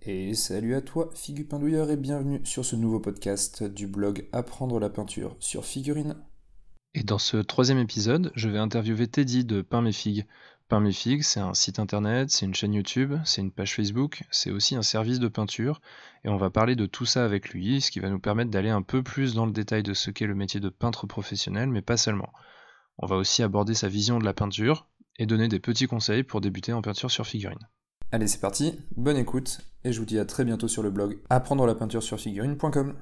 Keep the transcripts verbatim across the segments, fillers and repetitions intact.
Et salut à toi, Figupindouilleur, et bienvenue sur ce nouveau podcast du blog Apprendre la peinture sur figurine. Et dans ce troisième épisode, je vais interviewer Teddy de Peins mes figues. Peins mes figues, c'est un site internet, c'est une chaîne YouTube, c'est une page Facebook, c'est aussi un service de peinture, et on va parler de tout ça avec lui, ce qui va nous permettre d'aller un peu plus dans le détail de ce qu'est le métier de peintre professionnel, mais pas seulement. On va aussi aborder sa vision de la peinture, et donner des petits conseils pour débuter en peinture sur figurine. Allez, c'est parti, bonne écoute, et je vous dis à très bientôt sur le blog apprendre la peinture sur figurine point com.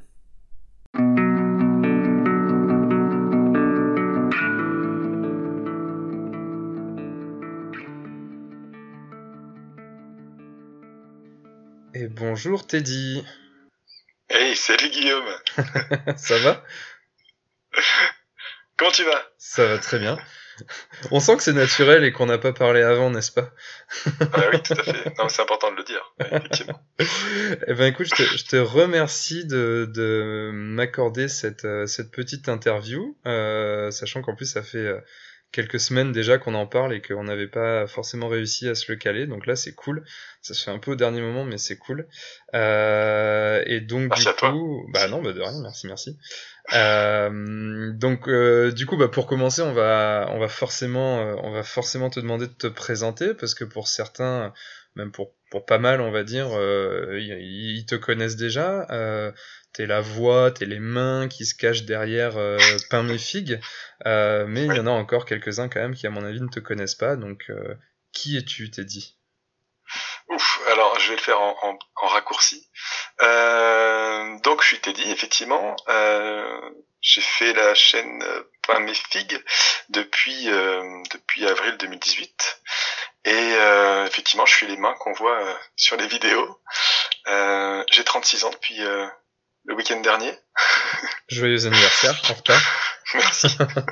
Et bonjour Teddy. Hey, salut Guillaume. Ça va? Comment tu vas? Ça va très bien. On sent que c'est naturel et qu'on n'a pas parlé avant, n'est-ce pas? Ah oui, tout à fait. Non, c'est important de le dire, effectivement. Eh ben écoute, je te, je te remercie de, de m'accorder cette, euh, cette petite interview, euh, sachant qu'en plus ça fait euh, quelques semaines déjà qu'on en parle et qu'on n'avait pas forcément réussi à se le caler, donc là c'est cool. Ça se fait un peu au dernier moment, mais c'est cool. Euh, et donc Merci du à toi. coup, bah non, bah de rien, merci, merci. Euh, donc euh, du coup, bah pour commencer, on va, on va forcément, euh, on va forcément te demander de te présenter parce que pour certains, même pour pour pas mal, on va dire, euh, ils, ils te connaissent déjà. Euh, t'es la voix, t'es les mains qui se cachent derrière euh, Peins mes figues. Euh, mais il y en a encore quelques-uns quand même qui, à mon avis, ne te connaissent pas. Donc, euh, qui es-tu, Teddy? Ouf, alors je vais le faire en, en, en raccourci. Euh, donc je suis Teddy, effectivement. Euh, j'ai fait la chaîne euh, Peins mes figues depuis euh, depuis avril deux mille dix-huit. Et euh, effectivement, je suis les mains qu'on voit euh, sur les vidéos. Euh, j'ai trente-six ans depuis euh, le week-end dernier. Joyeux anniversaire, en retard. Merci.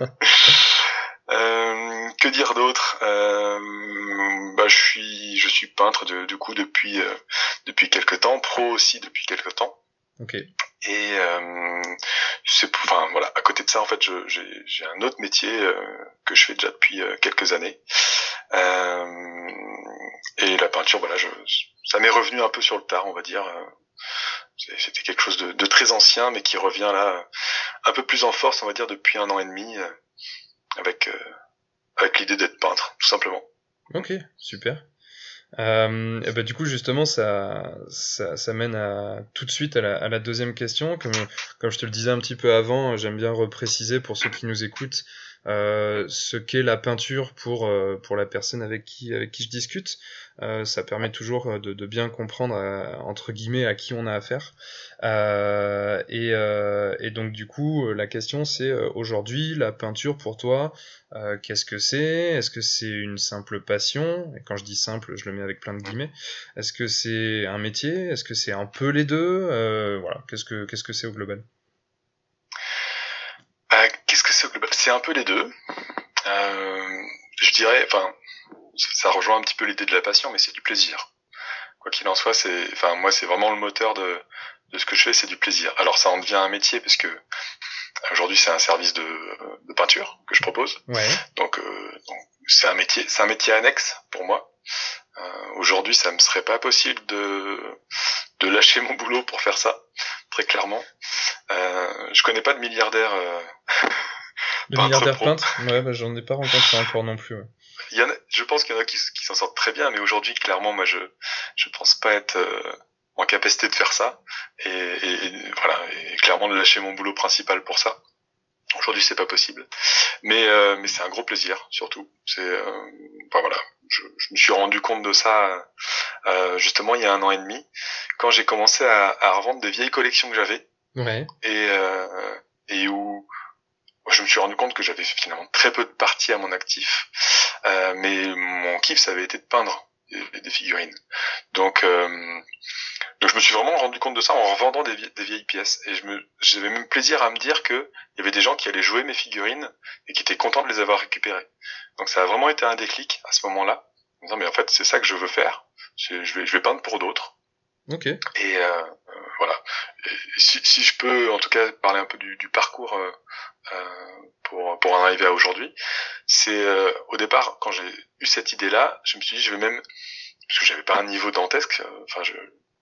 Euh, que dire d'autre? euh, bah, je suis, je suis peintre de, du coup depuis euh, depuis quelque temps, pro aussi depuis quelque temps. Ok. Et euh, c'est, enfin voilà. À côté de ça, en fait, je, j'ai, j'ai un autre métier euh, que je fais déjà depuis euh, quelques années. Euh, et la peinture, voilà, je, ça m'est revenu un peu sur le tard, on va dire. C'était quelque chose de, de très ancien, mais qui revient là un peu plus en force, on va dire, depuis un an et demi. Euh, avec euh, avec l'idée d'être peintre, tout simplement. Ok, super. Euh, et ben du coup justement ça, ça ça mène à tout de suite à la, à la deuxième question. Comme comme je te le disais un petit peu avant, j'aime bien repréciser pour ceux qui nous écoutent euh, ce qu'est la peinture pour euh, pour la personne avec qui avec qui je discute. Euh, ça permet toujours de, de bien comprendre euh, entre guillemets à qui on a affaire. Euh, et, euh, et donc du coup la question c'est euh, aujourd'hui la peinture pour toi, euh, qu'est-ce que c'est? Est-ce que c'est une simple passion? Et quand je dis simple, je le mets avec plein de guillemets. Est-ce que c'est un métier? Est-ce que c'est un peu les deux? euh, Voilà, qu'est-ce que qu'est-ce que c'est au global? Euh, qu'est-ce que c'est au global? C'est un peu les deux. Euh, je dirais, enfin, ça rejoint un petit peu l'idée de la passion, mais c'est du plaisir. Quoi qu'il en soit, c'est, enfin, moi, c'est vraiment le moteur de de ce que je fais, c'est du plaisir. Alors, ça en devient un métier parce que aujourd'hui, c'est un service de, de peinture que je propose. Ouais. Donc, euh, donc, c'est un métier, c'est un métier annexe pour moi. Euh, aujourd'hui, ça me serait pas possible de de lâcher mon boulot pour faire ça, très clairement. Euh, je connais pas de milliardaire. Euh, Le peintre milliardaire pro. peintre? Ouais, bah j'en ai pas rencontré encore non plus. Ouais. Il y en a, je pense qu'il y en a qui, qui s'en sortent très bien, mais aujourd'hui, clairement, moi, je je pense pas être euh, en capacité de faire ça. Et, et, et voilà, et clairement de lâcher mon boulot principal pour ça. Aujourd'hui, c'est pas possible. Mais euh, mais c'est un gros plaisir, surtout. C'est, euh, enfin voilà, je, je me suis rendu compte de ça euh, justement il y a un an et demi, quand j'ai commencé à, à revendre des vieilles collections que j'avais. Ouais. Et euh, et où je me suis rendu compte que j'avais finalement très peu de parties à mon actif, euh, mais mon kiff ça avait été de peindre des, des figurines. Donc euh, donc je me suis vraiment rendu compte de ça en revendant des, vie- des vieilles pièces, et je me j'avais même plaisir à me dire que il y avait des gens qui allaient jouer mes figurines et qui étaient contents de les avoir récupérées. Donc ça a vraiment été un déclic à ce moment-là, en me disant mais en fait c'est ça que je veux faire, c'est, je vais je vais peindre pour d'autres. Ok. Et euh, euh, voilà. Et si, si je peux, en tout cas, parler un peu du, du parcours euh, euh, pour pour en arriver à aujourd'hui, c'est euh, au départ quand j'ai eu cette idée-là, je me suis dit je vais même, parce que j'avais pas un niveau dantesque, euh, enfin je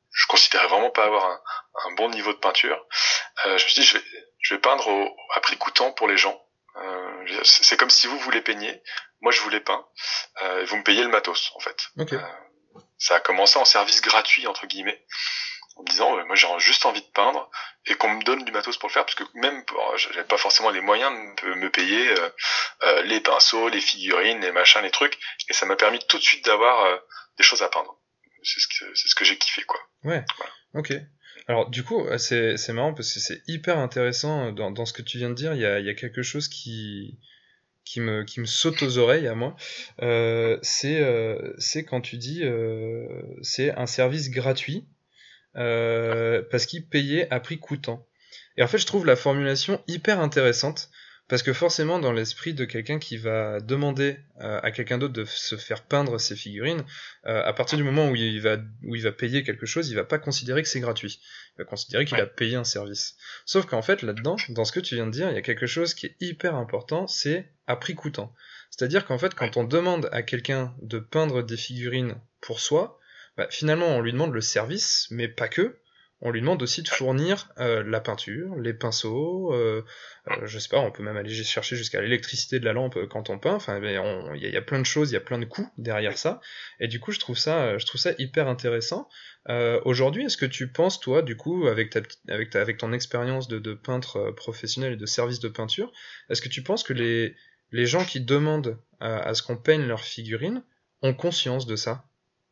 je considérais vraiment pas avoir un, un bon niveau de peinture. Euh, je me suis dit, je vais, je vais peindre au, à prix coûtant pour les gens. Euh, c'est comme si vous voulez peigner, moi je vous les peins, euh, et vous me payez le matos en fait. Okay. Euh, ça a commencé en service gratuit entre guillemets, en me disant, euh, moi j'ai juste envie de peindre et qu'on me donne du matos pour le faire, parce que même bon, j'avais pas forcément les moyens de me payer euh, euh, les pinceaux, les figurines, les machins, les trucs, et ça m'a permis tout de suite d'avoir euh, des choses à peindre. C'est ce que c'est ce que j'ai kiffé quoi. Ouais. Voilà. Ok. Alors du coup c'est c'est marrant parce que c'est hyper intéressant dans dans ce que tu viens de dire. Il y a il y a quelque chose qui qui me qui me saute aux oreilles à moi. Euh, c'est euh, c'est quand tu dis euh, c'est un service gratuit euh, parce qu'il payait à prix coûtant. Et en fait je trouve la formulation hyper intéressante. Parce que forcément, dans l'esprit de quelqu'un qui va demander euh, à quelqu'un d'autre de se faire peindre ses figurines, euh, à partir du moment où il va où il va payer quelque chose, il va pas considérer que c'est gratuit. Il va considérer qu'il ouais. a payé un service. Sauf qu'en fait, là-dedans, dans ce que tu viens de dire, il y a quelque chose qui est hyper important, c'est à prix coûtant. C'est-à-dire qu'en fait, quand on demande à quelqu'un de peindre des figurines pour soi, bah, finalement, on lui demande le service, mais pas que. On lui demande aussi de fournir euh, la peinture, les pinceaux, euh, euh, je sais pas, on peut même aller chercher jusqu'à l'électricité de la lampe quand on peint. Enfin, il y, y a plein de choses, il y a plein de coûts derrière ça. Et du coup, je trouve ça, je trouve ça hyper intéressant. Euh, aujourd'hui, est-ce que tu penses, toi, du coup, avec ta, avec ta, avec ton expérience de, de peintre professionnel et de service de peinture, est-ce que tu penses que les, les gens qui demandent à, à ce qu'on peigne leurs figurines ont conscience de ça?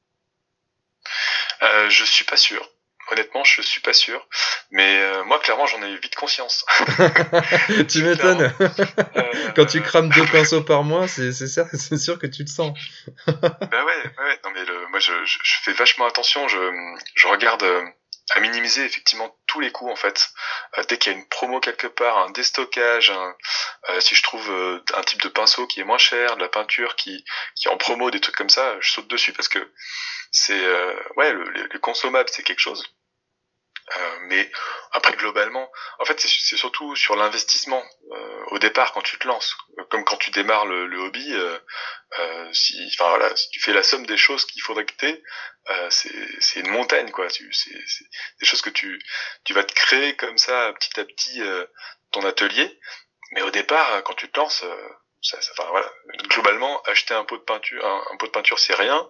euh, Je suis pas sûr. Honnêtement, je suis pas sûr, mais euh, moi clairement j'en ai eu vite conscience. Tu m'étonnes. euh... Quand tu crames deux pinceaux par mois, c'est c'est sûr, c'est sûr que tu le sens. Bah ouais, ouais. Non mais le, moi je, je, je fais vachement attention. Je je regarde euh, à minimiser effectivement tous les coûts en fait. Euh, dès qu'il y a une promo quelque part, un déstockage, un, euh, si je trouve euh, un type de pinceau qui est moins cher, de la peinture qui qui est en promo, des trucs comme ça, je saute dessus parce que c'est euh, ouais le, le consommable c'est quelque chose. Euh, mais après globalement, en fait c'est, c'est surtout sur l'investissement euh, au départ quand tu te lances, comme quand tu démarres le, le hobby. Euh, euh, si, enfin voilà, si tu fais la somme des choses qu'il faudrait que t'aies, euh, c'est c'est une montagne quoi. Tu, c'est, c'est des choses que tu tu vas te créer comme ça petit à petit euh, ton atelier. Mais au départ quand tu te lances, euh, ça, ça, enfin voilà, globalement acheter un pot de peinture, un, un pot de peinture c'est rien.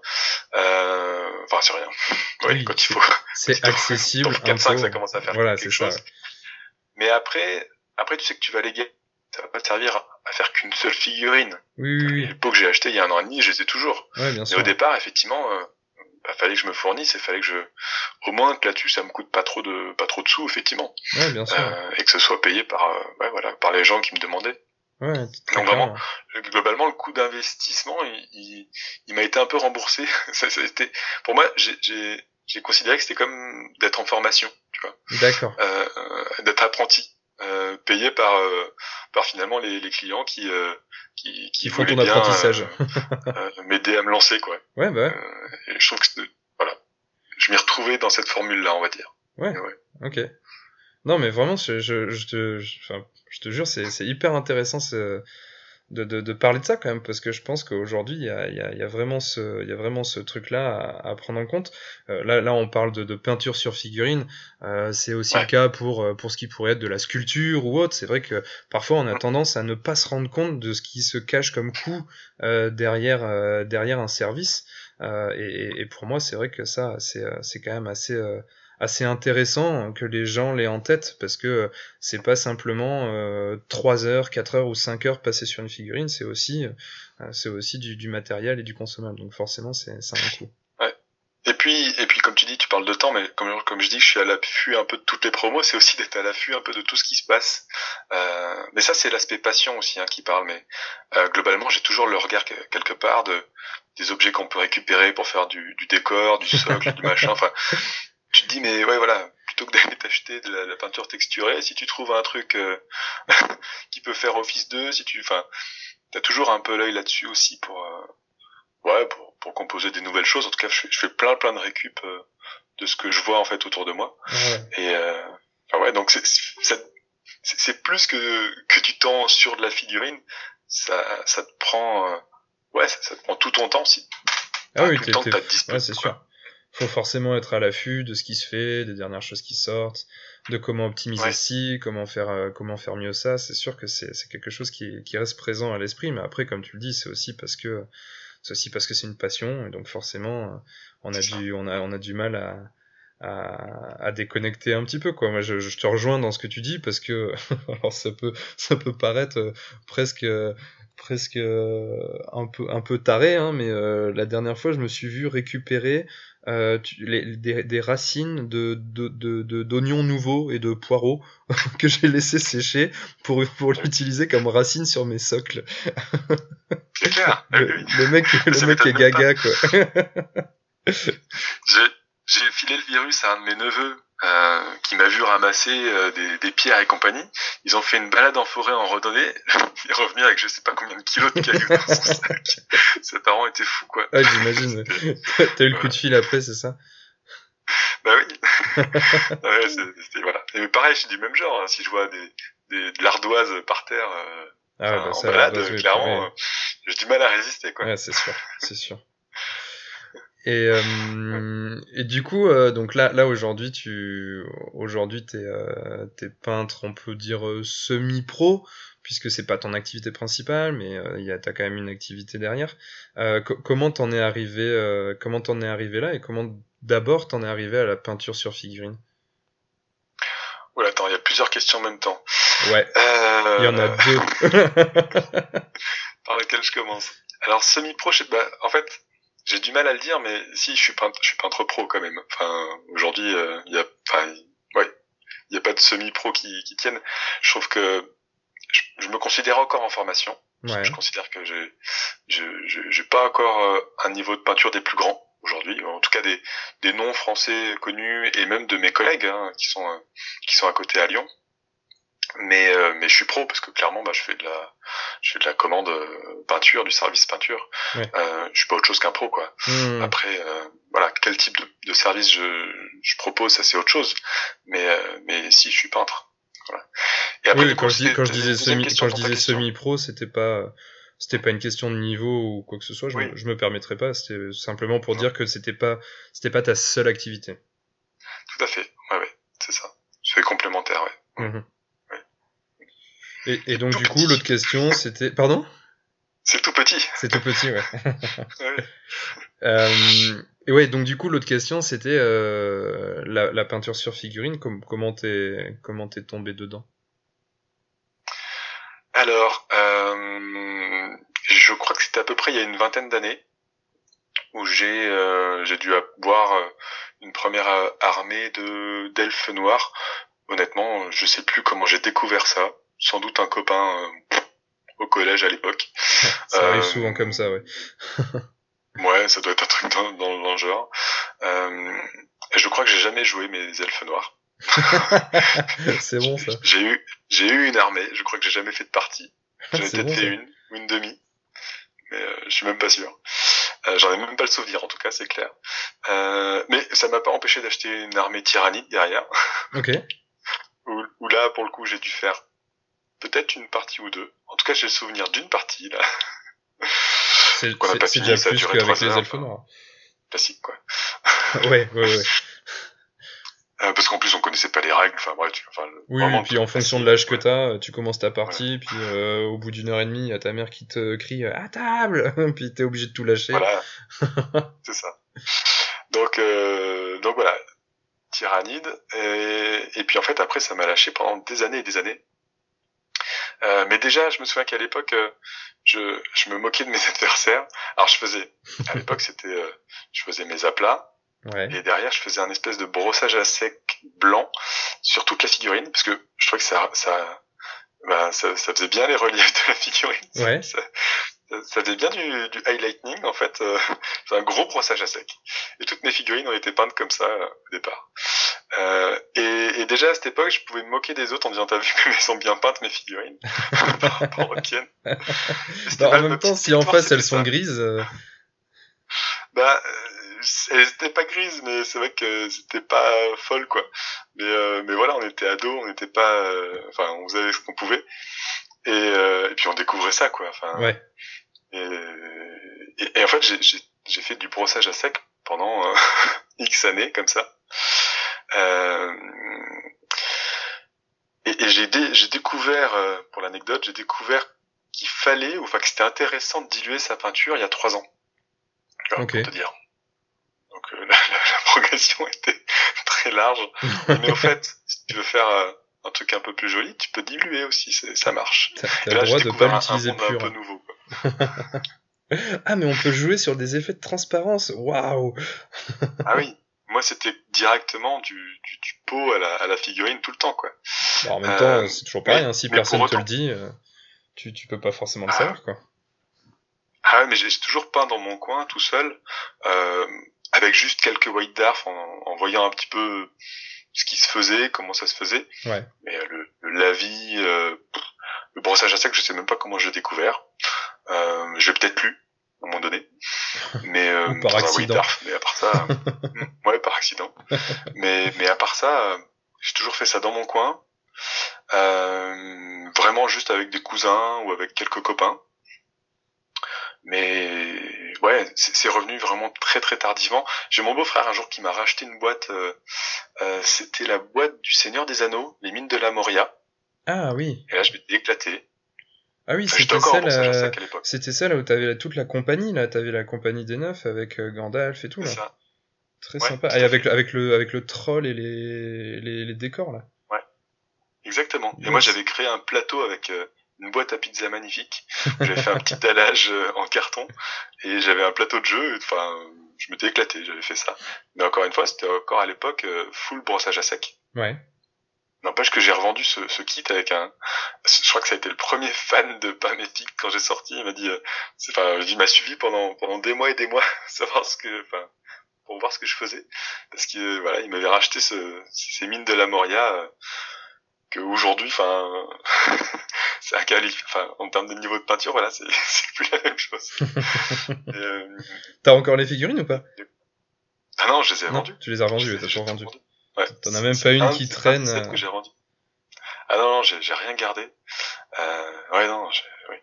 Euh, enfin c'est rien. Oui, oui, quand il faut. C'est quand accessible. Dans quatre cinq ça commence à faire voilà, quelque c'est chose. Ça. Mais après, après tu sais que tu vas les gagner. Ça va pas te servir à faire qu'une seule figurine. Oui, oui, oui. Les pots que j'ai achetés il y a un an et demi, je les ai toujours. Ouais, bien sûr. Et au départ, effectivement, euh, bah, fallait que je me fournisse, et fallait que je, au moins que là-dessus, ça me coûte pas trop de, pas trop de sous, effectivement. Ouais, bien sûr. Euh, et que ce soit payé par, euh, ouais, voilà, par les gens qui me demandaient. Ouais. Donc vraiment, globalement, le coût d'investissement, il, il, il m'a été un peu remboursé. ça, ça a été, pour moi, j'ai, j'ai, j'ai considéré que c'était comme d'être en formation, tu vois. D'accord. Euh, d'être apprenti. Euh, payé par euh, par finalement les, les clients qui euh, qui, qui Ils font ton bien, apprentissage, euh, euh, m'aider à me lancer quoi. Ouais bah. Ouais. Euh, et je trouve que voilà, je m'y retrouvais dans cette formule là, on va dire. Ouais. ouais. Ok. Non mais vraiment, je je je te, je, enfin, je te jure, c'est c'est hyper intéressant ce De, de, de parler de ça quand même, parce que je pense qu'aujourd'hui il y a, y, a, y a vraiment ce il y a vraiment ce truc là à, à prendre en compte. Euh, là là on parle de, de peinture sur figurine, euh, c'est aussi ouais. le cas pour pour ce qui pourrait être de la sculpture ou autre. C'est vrai que parfois on a tendance à ne pas se rendre compte de ce qui se cache comme coût euh, derrière euh, derrière un service. Euh, et, et pour moi c'est vrai que ça c'est c'est quand même assez euh, assez intéressant que les gens l'aient en tête, parce que c'est pas simplement euh, trois heures, quatre heures ou cinq heures passées sur une figurine, c'est aussi euh, c'est aussi du, du matériel et du consommable, donc forcément c'est, c'est un coût. Ouais. Et puis et puis comme tu dis, tu parles de temps, mais comme comme je dis, je suis à l'affût un peu de toutes les promos, c'est aussi d'être à l'affût un peu de tout ce qui se passe. Euh, mais ça c'est l'aspect passion aussi hein, qui parle, mais euh, globalement j'ai toujours le regard quelque part de des objets qu'on peut récupérer pour faire du, du décor, du socle, du machin, enfin. Tu te dis mais ouais voilà, plutôt que d'aller t'acheter de la, la peinture texturée, si tu trouves un truc euh, qui peut faire office deux, si tu, enfin, t'as toujours un peu l'œil là-dessus aussi pour, euh, ouais, pour, pour composer des nouvelles choses. En tout cas, je, je fais plein plein de récup euh, de ce que je vois en fait autour de moi. Ouais. Et euh, enfin, ouais, donc c'est, c'est, c'est plus que que du temps sur de la figurine. Ça, ça te prend, euh, ouais, ça, ça te prend tout ton temps si. Ah oui, tout le temps que t'as dispo, ouais, c'est quoi. sûr. faut forcément être à l'affût de ce qui se fait, des dernières choses qui sortent, de comment optimiser Ouais. ci, comment faire, euh, comment faire mieux ça. C'est sûr que c'est, c'est quelque chose qui, qui reste présent à l'esprit, mais après, comme tu le dis, c'est aussi parce que c'est aussi parce que c'est une passion, et donc forcément, euh, on a C'est ça. du, on a, on a du mal à, à, à déconnecter un petit peu, quoi. Moi, je, je te rejoins dans ce que tu dis parce que, alors ça peut, ça peut paraître euh, presque, euh, presque euh, un peu, un peu taré, hein, mais euh, la dernière fois, je me suis vu récupérer euh, tu- les, des, des racines de, de, de, de- d'oignons nouveaux et de poireaux que j'ai laissé sécher pour, pour l'utiliser comme racine sur mes socles. C'est clair. Ah Le, oui, oui. le mec, le Ça mec est m'étonne même pas. gaga, quoi. J'ai, j'ai filé le virus à un de mes neveux euh, qui m'a vu ramasser euh, des, des pierres et compagnie. Ils ont fait une balade en forêt en randonnée. Il est revenu avec je sais pas combien de kilos de cailloux dans son sac. Ses parents étaient fous, quoi. Ah, j'imagine. Ouais. C'était- T'as t'as eu le coup ouais. de fil après, c'est ça? Bah oui. Ouais, c'est- c'était, voilà. Et pareil, je suis du même genre. Hein. Si je vois des, des, de l'ardoise par terre euh, Ah ouais, enfin, bah en ça, balade, l'ardoise, oui, clairement, oui. euh, j'ai du mal à résister, quoi. Ouais, c'est sûr, c'est sûr. Et, Ouais. euh, et du coup, euh, donc là, là aujourd'hui, tu, aujourd'hui, t'es, euh, t'es peintre, on peut dire euh, semi-pro, puisque c'est pas ton activité principale, mais euh, il y a, t'as quand même une activité derrière. Euh, co- comment t'en es arrivé, euh, comment t'en es arrivé là, et comment d'abord t'en es arrivé à la peinture sur figurine? Oula, attends, il y a plusieurs questions en même temps. Ouais, Euh... il y en a deux. Par laquelle je commence. Alors semi-pro, je sais, bah, en fait, j'ai du mal à le dire, mais si je suis peintre, je suis peintre pro quand même. Enfin, aujourd'hui, il euh, y a, enfin, ouais, il y a pas de semi-pro qui, qui tiennent. Je trouve que je, je me considère encore en formation. Ouais. Je considère que j'ai, je, je, j'ai pas encore euh, un niveau de peinture des plus grands aujourd'hui. En tout cas, des, des noms français connus et même de mes collègues hein, qui sont, euh, qui sont à côté à Lyon. Mais euh, mais je suis pro parce que clairement bah je fais de la je fais de la commande euh, peinture, du service peinture. Ouais. Euh, je suis pas autre chose qu'un pro quoi. Mmh. Après euh, voilà quel type de, de service je je propose ça c'est autre chose. Mais euh, mais si je suis peintre. Voilà. Et après Oui, du quand coup je dis, quand je c'était disais la deuxième semi, question quand je pour ta disais question. semi-pro, c'était pas, c'était pas une question de niveau ou quoi que ce soit. Je, Oui. me, je me permettrais pas. C'était simplement pour Non. dire que c'était pas, c'était pas ta seule activité. Tout à fait. Ouais ouais c'est ça. C'est complémentaire ouais. Mhm. Ouais. Et, et donc Tout du coup, petit. l'autre question, c'était, pardon? C'est tout petit. C'est tout petit, ouais. Ouais. Euh, et ouais, donc du coup, l'autre question, c'était euh, la, la peinture sur figurine. Com- comment t'es, comment t'es tombé dedans? Alors euh, je crois que c'était à peu près il y a une vingtaine d'années. Où j'ai euh, j'ai dû avoir euh, une première euh, armée de d'elfes noirs. Honnêtement, je sais plus comment j'ai découvert ça. Sans doute un copain euh, au collège à l'époque. Ça arrive Euh, souvent comme ça, ouais. Ouais, ça doit être un truc dans, dans, dans le genre. Euh, et je crois que j'ai jamais joué mes elfes noirs. C'est bon ça. J'ai eu j'ai eu une armée. Je crois que j'ai jamais fait de partie. J'en ai C'est peut-être bon fait ça. une ou une demi, mais euh, je suis même pas sûr. Euh, j'en ai même pas le souvenir, en tout cas, c'est clair. Euh, mais ça m'a pas empêché d'acheter une armée tyrannide derrière, Ok. où, où là, pour le coup, j'ai dû faire peut-être une partie ou deux. En tout cas, j'ai le souvenir d'une partie, là. C'est Qu'on a c'est- pas c'est fini, déjà ça a plus duré qu'avec trois les heures. elfes Enfin, noirs. classique, quoi. Ouais, ouais, ouais. Euh, parce qu'en plus, on connaissait pas les règles, enfin, bref, tu- enfin, Oui, vraiment oui, le puis en truc fonction de classique, l'âge que ouais. t'as, tu commences ta partie, puis euh, au bout d'une heure et demie, il y a ta mère qui te crie euh, à table, puis t'es obligé de tout lâcher. Voilà, c'est ça. Donc, euh, donc voilà, tyrannide. Et, et puis en fait, après, ça m'a lâché pendant des années et des années. Euh, mais déjà, je me souviens qu'à l'époque, euh, je, je me moquais de mes adversaires. Alors je faisais, à l'époque, c'était, euh, je faisais mes aplats. Ouais. Et derrière, je faisais un espèce de brossage à sec blanc sur toute la figurine, parce que je trouvais que ça, ça, bah, ça, ça faisait bien les reliefs de la figurine. Ouais. Ça, ça, ça faisait bien du, du highlighting, en fait. Euh, c'est un gros brossage à sec. Et toutes mes figurines ont été peintes comme ça euh, au départ. Euh, et, et déjà à cette époque, je pouvais me moquer des autres en disant t'as vu comme elles sont bien peintes mes figurines par rapport aux tiennes. Bah, en même temps, si en face elles sont grises. Euh... Bah, euh, elles étaient pas grises, mais c'est vrai que c'était pas folle quoi. Mais euh, mais voilà, on était ados, on n'était pas, euh, enfin, on faisait ce qu'on pouvait. Et, euh, et puis on découvrait ça quoi. Enfin. Ouais. Et, et, et en fait, j'ai, j'ai, j'ai fait du brossage à sec pendant euh, X années comme ça. Euh, et, et j'ai, dé, j'ai découvert, euh, pour l'anecdote, j'ai découvert qu'il fallait, ou enfin que c'était intéressant de diluer sa peinture il y a trois ans. Alors, okay. Pour te dire. Donc euh, la, la, la progression était très large. Mais au fait, si tu veux faire euh, un truc un peu plus joli, tu peux diluer aussi, c'est, ça marche. T'as, t'as le droit de pas l'utiliser un, un pur. Un peu nouveau, quoi. Ah, mais on peut jouer sur des effets de transparence. Waouh. Ah oui. Moi, c'était directement du, du, du pot à la, à la figurine tout le temps, quoi. Bon, en même euh, temps, c'est toujours pareil. Mais, hein, si personne autant... te le dit, euh, tu, tu peux pas forcément le ah, savoir, quoi. Ah ouais, mais j'ai toujours peint dans mon coin, tout seul, euh, avec juste quelques white darf, en, en voyant un petit peu ce qui se faisait, comment ça se faisait. Ouais. Mais euh, le, le lavis, euh, le brossage à sec, je sais même pas comment je l'ai découvert. Euh, je l'ai peut-être lu à un moment donné, mais euh, ou par accident. Darf, mais à part ça, euh, ouais, par accident. mais mais à part ça, euh, j'ai toujours fait ça dans mon coin, euh, vraiment juste avec des cousins ou avec quelques copains. Mais ouais, c'est, c'est revenu vraiment très très tardivement. J'ai mon beau-frère un jour qui m'a racheté une boîte. Euh, euh, c'était la boîte du Seigneur des Anneaux, les mines de la Moria. Ah oui. Et là, je m'étais éclaté. Ah oui, enfin, c'était celle, euh, c'était celle où t'avais la, toute la compagnie, là, t'avais la compagnie des neufs avec euh, Gandalf et tout, là. C'est ça. Très ouais, sympa. Et avec le, avec le, avec le troll et les, les, les décors, là. Ouais. Exactement. Yes. Et moi, j'avais créé un plateau avec euh, une boîte à pizza magnifique. J'avais fait un petit dallage euh, en carton et j'avais un plateau de jeu. Enfin, je m'étais éclaté, j'avais fait ça. Mais encore une fois, c'était encore à l'époque euh, full brossage à sec. Ouais. N'empêche que j'ai revendu ce, ce kit avec un, je crois que ça a été le premier fan de Pamétique quand j'ai sorti. Il m'a dit, euh, c'est, enfin, il m'a suivi pendant pendant des mois et des mois, savoir ce que, enfin, pour voir ce que je faisais, parce que euh, voilà, il m'avait racheté ce, ces mines de la Moria euh, que aujourd'hui, enfin, c'est un qualif, enfin, en termes de niveau de peinture, voilà, c'est c'est plus la même chose. et, euh, T'as encore les figurines ou pas? Ah non, je les ai non, vendues. Tu les as revendues, t'as toujours vendu. Ouais. T'en as même pas une un, qui traîne. C'est que j'ai rendu. Ah non, non, j'ai, j'ai rien gardé. Euh, ouais, non, j'ai, oui.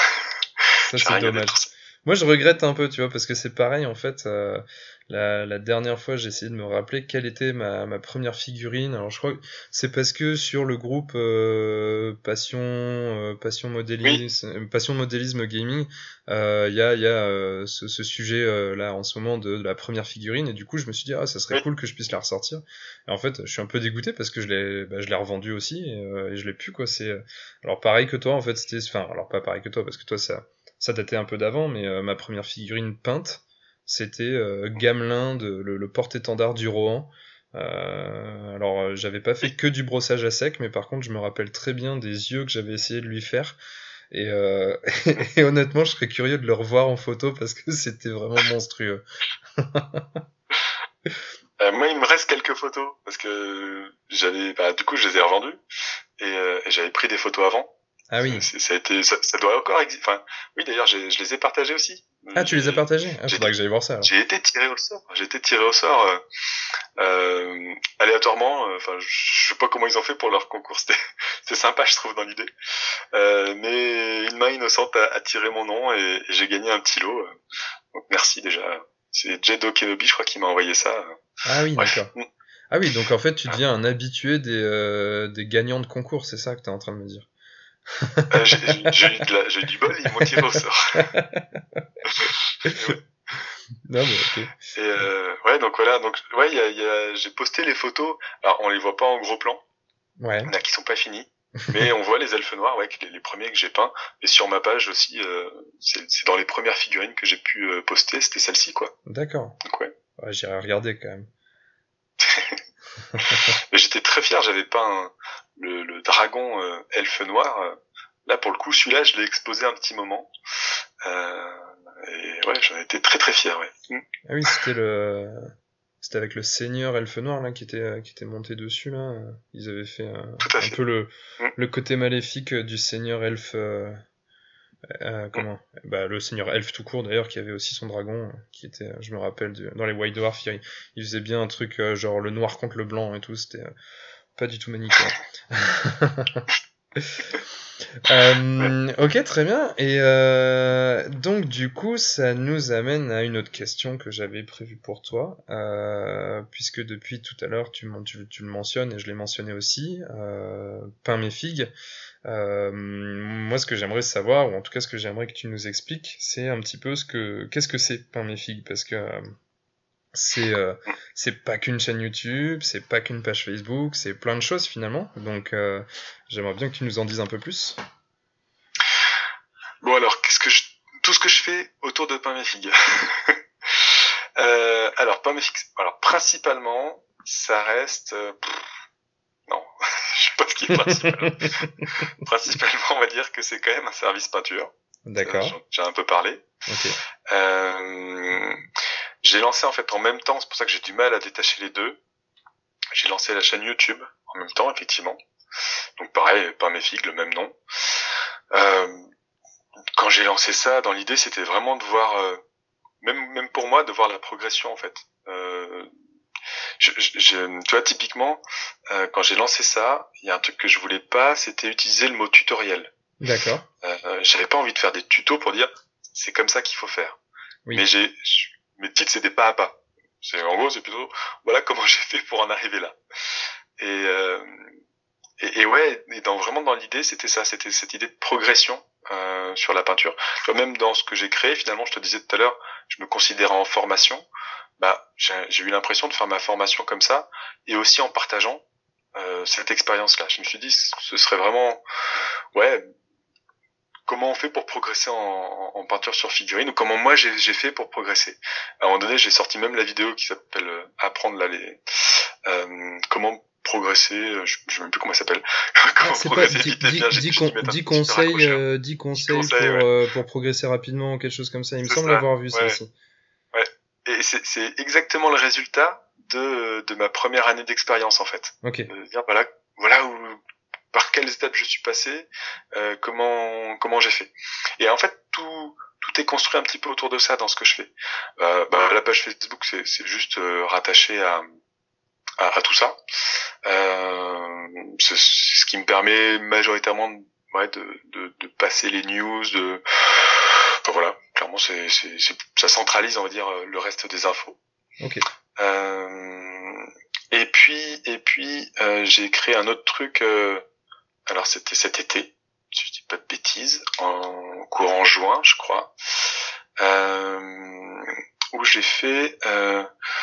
Ça, c'est dommage. Moi, je regrette un peu, tu vois, parce que c'est pareil, en fait. Euh, la, la dernière fois, j'ai essayé de me rappeler quelle était ma, ma première figurine. Alors, je crois que c'est parce que sur le groupe euh, Passion, euh, Passion Modélisme, oui. Passion Modélisme Gaming, il euh, y a, y a euh, ce, ce sujet euh, là en ce moment de, de la première figurine, et du coup, je me suis dit, ah, ça serait oui. cool que je puisse la ressortir. Et en fait, je suis un peu dégoûté parce que je l'ai, bah, je l'ai revendue aussi, et, euh, et je l'ai plus, quoi. C'est alors pareil que toi, en fait, c'était, enfin, alors pas pareil que toi, parce que toi, ça. Ça datait un peu d'avant, mais euh, ma première figurine peinte, c'était euh, Gamelin, de, le, le porte-étendard du Rohan. Euh, alors, euh, j'avais pas fait que du brossage à sec, mais par contre, je me rappelle très bien des yeux que j'avais essayé de lui faire. Et, euh, et honnêtement, je serais curieux de le revoir en photo parce que c'était vraiment monstrueux. euh, moi, il me reste quelques photos parce que j'avais, bah, du coup, je les ai revendues et, euh, et j'avais pris des photos avant. Ah oui. C'est, ça a été, ça, ça doit encore exister. Enfin, oui, d'ailleurs, j'ai, je les ai partagés aussi. Ah, tu les as partagés? Ah, faudrait que j'aille voir ça, alors. J'ai été tiré au sort. J'ai été tiré au sort, euh, euh, aléatoirement. Enfin, euh, je sais pas comment ils ont fait pour leur concours. C'était, c'était sympa, je trouve, dans l'idée. Euh, mais une main innocente a, a tiré mon nom et, et j'ai gagné un petit lot. Donc, merci, déjà. C'est Jedo Kenobi, je crois, qui m'a envoyé ça. Ah oui, Bref. D'accord. Ah oui, donc en fait, tu deviens un habitué des, euh, des gagnants de concours, c'est ça que t'es en train de me dire? euh, j'ai, j'ai, eu de la, j'ai eu du bol, ils m'ont tiré au sort. ouais. Non, mais ok. Et euh, ouais, donc voilà, donc ouais, y a, y a, j'ai posté les photos. Alors, on les voit pas en gros plan. Ouais. Il y en a qui sont pas finis. Mais on voit les elfes noirs, ouais, les, les premiers que j'ai peints. Et sur ma page aussi, euh, c'est, c'est dans les premières figurines que j'ai pu euh, poster, c'était celle-ci, quoi. D'accord. Donc ouais. Ouais, j'irai regarder quand même. Mais j'étais très fier, j'avais peint le, le dragon euh, elfe noir. Euh, là, pour le coup, celui-là, je l'ai exposé un petit moment. Euh, et ouais, j'en étais très très fier, ouais. Mm. Ah oui, c'était le, c'était avec le seigneur elfe noir là qui était qui était monté dessus là. Ils avaient fait euh, un fait. peu le mm. le côté maléfique du seigneur elfe. Euh, euh, comment mm. Bah le seigneur elfe tout court d'ailleurs qui avait aussi son dragon qui était, je me rappelle, du, dans les White Dwarf, il, il faisait bien un truc euh, genre le noir contre le blanc et tout. C'était euh, pas du tout manichéen. Euh, ok, très bien. Et euh, donc, du coup, ça nous amène à une autre question que j'avais prévue pour toi, euh, puisque depuis tout à l'heure, tu, men- tu, tu le mentionnes et je l'ai mentionné aussi, euh, pain mes figues. Euh, moi, ce que j'aimerais savoir, ou en tout cas ce que j'aimerais que tu nous expliques, c'est un petit peu ce que, qu'est-ce que c'est pain mes figues, parce que euh, c'est euh, c'est pas qu'une chaîne YouTube, c'est pas qu'une page Facebook, c'est plein de choses finalement. Donc, euh, j'aimerais bien que tu nous en dises un peu plus. Bon alors, qu'est-ce que je... tout ce que je fais autour de pain mes figues. euh, alors, pain mes figues. Alors, principalement, ça reste. Euh, pff, non, je sais pas ce qui est principal. Principalement, on va dire que c'est quand même un service peinture. D'accord. Ça, j'ai un peu parlé. Ok. Euh, j'ai lancé en fait en même temps, c'est pour ça que j'ai du mal à détacher les deux. J'ai lancé la chaîne YouTube en même temps, effectivement. Donc pareil, pain mes figues, le même nom. Euh, quand j'ai lancé ça, dans l'idée, c'était vraiment de voir, euh, même même pour moi, de voir la progression en fait. Euh, je, je, je, tu vois, typiquement, euh, quand j'ai lancé ça, il y a un truc que je voulais pas, c'était utiliser le mot tutoriel. D'accord. Euh, j'avais pas envie de faire des tutos pour dire c'est comme ça qu'il faut faire. Oui. Mais j'ai, je, mes titres c'était pas à pas. C'est en gros, c'est plutôt voilà comment j'ai fait pour en arriver là. Et euh, et, et ouais, et dans vraiment dans l'idée, c'était ça, c'était cette idée de progression euh, sur la peinture. Tu vois, même dans ce que j'ai créé, finalement, je te disais tout à l'heure, je me considérais en formation. Bah, j'ai, j'ai eu l'impression de faire ma formation comme ça, et aussi en partageant euh, cette expérience-là. Je me suis dit, ce serait vraiment, ouais, comment on fait pour progresser en, en peinture sur figurine, ou comment moi j'ai, j'ai fait pour progresser. À un moment donné, j'ai sorti même la vidéo qui s'appelle euh, apprendre là les euh, comment progresser, euh, je, je sais même plus comment ça s'appelle. comment Ah, c'est pas progresser dix, vite et dix, bien. J'ai dix, j'ai dû con- mettre un dix super conseils, accrocheur. euh, dix conseils conseils, pour, ouais. euh, pour progresser rapidement, quelque chose comme ça. Il me C'est semble ça. l'avoir vu, Ouais. celle-ci. Ouais. Et c'est, c'est exactement le résultat de, de ma première année d'expérience en fait. Ok. De dire voilà, voilà où, par quelles étapes je suis passé, euh, comment comment j'ai fait. Et en fait tout tout est construit un petit peu autour de ça dans ce que je fais. Euh, bah, la page Facebook c'est c'est juste euh, rattaché à, à à tout ça. Euh, c'est, c'est ce qui me permet majoritairement de, ouais, de, de de passer les news, de enfin voilà, clairement c'est c'est, c'est ça centralise on va dire le reste des infos. Ok. Euh, et puis et puis euh, j'ai créé un autre truc. Euh, alors c'était cet été, si je dis pas de bêtises, en courant juin, je crois, euh, où j'ai fait. Euh,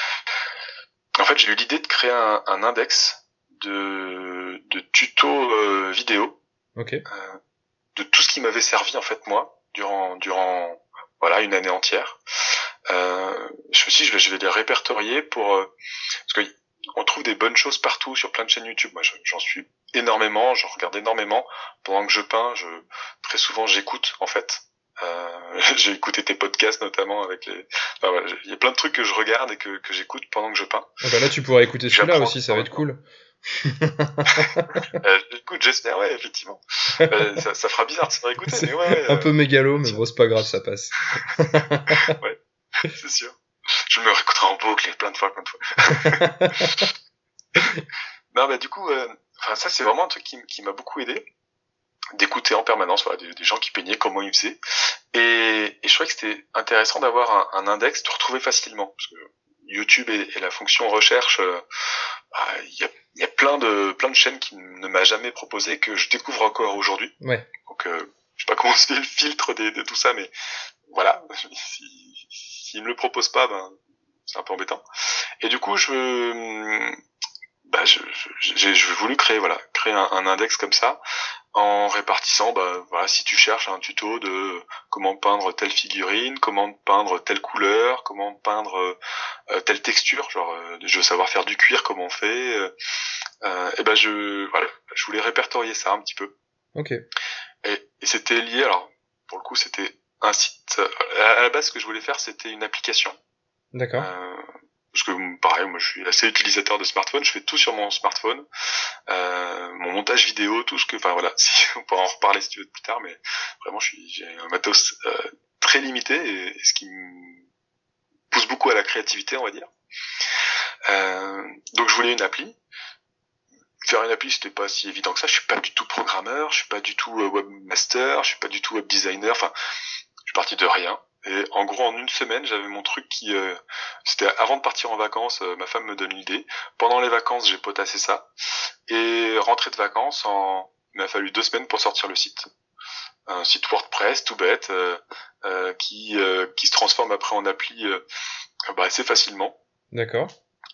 en fait, j'ai eu l'idée de créer un, un index de, de tutos euh, vidéo, Ok. euh, de tout ce qui m'avait servi en fait moi durant durant voilà une année entière. Euh, je me suis dit, je vais, je vais les répertorier pour euh, parce que on trouve des bonnes choses partout sur plein de chaînes YouTube. Moi, j'en suis énormément, j'en regarde énormément. Pendant que je peins, je très souvent j'écoute en fait. Euh, j'ai écouté tes podcasts notamment avec les. Enfin, voilà, il y a plein de trucs que je regarde et que, que j'écoute pendant que je peins. Oh bah là, tu pourras écouter celui-là J'apprends aussi, ça va être cool. euh, écoute, j'espère, ouais, effectivement. Euh, ça, ça fera bizarre de se faire écouter, mais ouais. ouais un peu euh, mégalo, mais bon, c'est pas grave, ça passe. ouais, c'est sûr. Je me réécouterai en boucle plein de fois, plein de fois. Non, bah du coup, euh, enfin ça c'est vraiment un truc qui, qui m'a beaucoup aidé, d'écouter en permanence voilà, des, des gens qui peignaient, comment ils faisaient. Et, et je trouvais que c'était intéressant d'avoir un, un index, de retrouver facilement. Parce que YouTube et, et la fonction recherche, il euh, bah, y, a, y a plein de plein de chaînes qui ne m'a jamais proposé et que je découvre encore aujourd'hui. Ouais. Donc euh, je sais pas comment se fait le filtre de, de tout ça, mais voilà, s'ils si, si me le proposent pas, ben c'est un peu embêtant. Et du coup, je bah, je, je, j'ai, j'ai voulu créer, voilà, créer un, un index comme ça, en répartissant, bah, voilà, si tu cherches un tuto de comment peindre telle figurine, comment peindre telle couleur, comment peindre euh, telle texture, genre, euh, je veux savoir faire du cuir, comment on fait, euh, euh, et ben je, voilà, je voulais répertorier ça un petit peu. Ok. Et, et c'était lié, alors, pour le coup, c'était un site. À la base, ce que je voulais faire, c'était une application. D'accord. Euh, parce que pareil, moi je suis assez utilisateur de smartphone, je fais tout sur mon smartphone, euh, mon montage vidéo, tout ce que, enfin voilà, si, on pourra en reparler si tu veux plus tard, mais vraiment je suis, j'ai un matos euh, très limité et, et ce qui me pousse beaucoup à la créativité, on va dire. Euh, donc je voulais une appli faire une appli, c'était pas si évident que ça. Je suis pas du tout programmeur, je suis pas du tout euh, webmaster, je suis pas du tout web designer. Enfin, je suis parti de rien. Et en gros, en une semaine, j'avais mon truc qui... Euh, c'était avant de partir en vacances, euh, ma femme me donne l'idée. Pendant les vacances, j'ai potassé ça. Et rentré de vacances, en... il m'a fallu deux semaines pour sortir le site. Un site WordPress, tout bête, euh, euh, qui, euh, qui se transforme après en appli euh, bah, assez facilement. D'accord.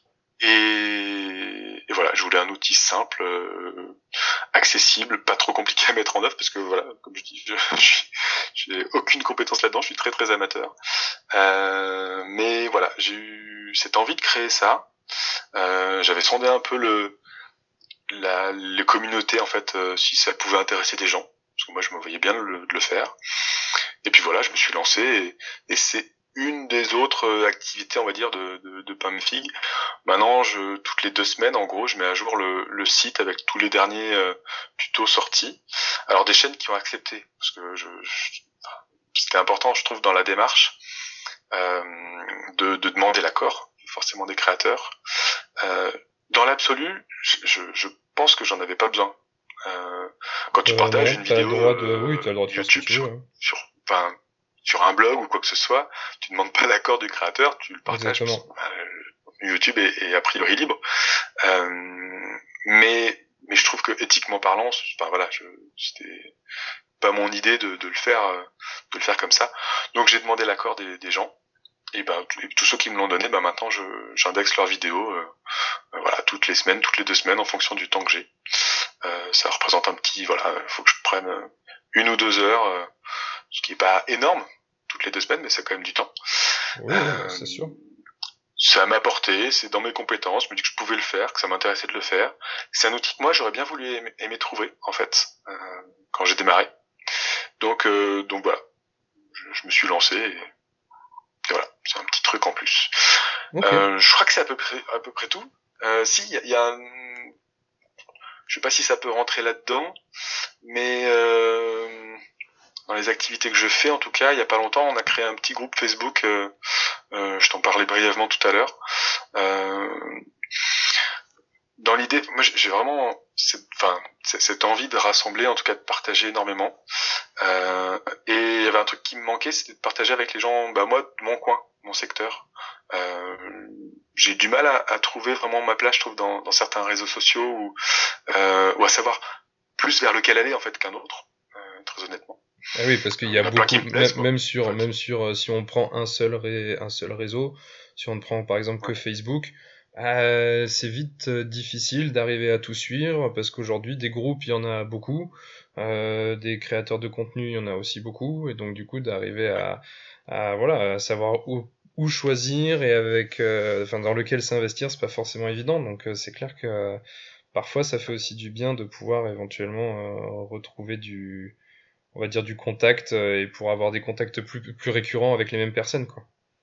Et, et voilà, je voulais un outil simple, euh, accessible, pas trop compliqué à mettre en œuvre, parce que voilà, comme je dis, je, je, j'ai aucune compétence là-dedans, je suis très très amateur. Euh, mais voilà, j'ai eu cette envie de créer ça. Euh, j'avais sondé un peu le, la, les communautés en fait, euh, si ça pouvait intéresser des gens, parce que moi je me voyais bien le, de le faire. Et puis voilà, je me suis lancé et, et c'est une des autres activités, on va dire, de, de, de Pain Fig. Maintenant, je, toutes les deux semaines, en gros, je mets à jour le, le site avec tous les derniers euh, tutos sortis. Alors, des chaînes qui ont accepté, parce que je, je, c'était important, je trouve, dans la démarche, euh, de, de demander l'accord, forcément des créateurs. Euh, dans l'absolu, je, je pense que j'en avais pas besoin. Euh, quand tu euh, partages non, une t'as vidéo, le droit de... euh, oui, t'as le droit de YouTube faire ce que tu veux, sur, hein. sur, enfin, sur un blog ou quoi que ce soit, tu demandes pas l'accord du créateur, tu le partages. Exactement. Parce que, euh, YouTube est, est a priori libre, euh, mais mais je trouve que éthiquement parlant, enfin voilà, je, c'était pas mon idée de, de le faire, de le faire comme ça. Donc j'ai demandé l'accord des, des gens. Et ben et tous ceux qui me l'ont donné, ben maintenant je j'indexe leurs vidéos, euh, euh, voilà, toutes les semaines, toutes les deux semaines en fonction du temps que j'ai. Euh, ça représente un petit, voilà, faut que je prenne une ou deux heures, euh, ce qui est pas énorme toutes les deux semaines, mais c'est quand même du temps. Oui, euh, oui, c'est sûr. Ça m'a apporté, c'est dans mes compétences, je me dis que je pouvais le faire, que ça m'intéressait de le faire. C'est un outil que moi j'aurais bien voulu aimer, aimer trouver en fait euh, quand j'ai démarré. Donc euh, donc voilà, je, je me suis lancé. Et... Et voilà, c'est un petit truc en plus. Okay. Euh, je crois que c'est à peu près, à peu près tout. Euh, si, il y, y a un... Je sais pas si ça peut rentrer là-dedans, mais euh, dans les activités que je fais, en tout cas, il y a pas longtemps, on a créé un petit groupe Facebook. Euh, euh, je t'en parlais brièvement tout à l'heure. Euh, dans l'idée, moi, j'ai vraiment, cette, enfin, cette envie de rassembler, en tout cas, de partager énormément. Euh, et il y avait un truc qui me manquait, c'était de partager avec les gens, bah moi, de mon coin, mon secteur. Euh, j'ai du mal à, à trouver vraiment ma place, je trouve, dans, dans certains réseaux sociaux, ou, euh, ou à savoir plus vers lequel aller en fait qu'un autre, euh, très honnêtement. Ah oui, parce qu'il y a, y a beaucoup, plaisent, même, même sur, même sur, si on prend un seul, ré, un seul réseau, si on ne prend par exemple que ouais. Facebook. Euh, c'est vite euh, difficile d'arriver à tout suivre parce qu'aujourd'hui des groupes il y en a beaucoup, euh, des créateurs de contenu il y en a aussi beaucoup et donc du coup d'arriver à, à voilà à savoir où, où choisir et avec euh, enfin dans lequel s'investir c'est pas forcément évident donc euh, c'est clair que euh, parfois ça fait aussi du bien de pouvoir éventuellement euh, retrouver du on va dire du contact euh, et pour avoir des contacts plus plus récurrents avec les mêmes personnes quoi.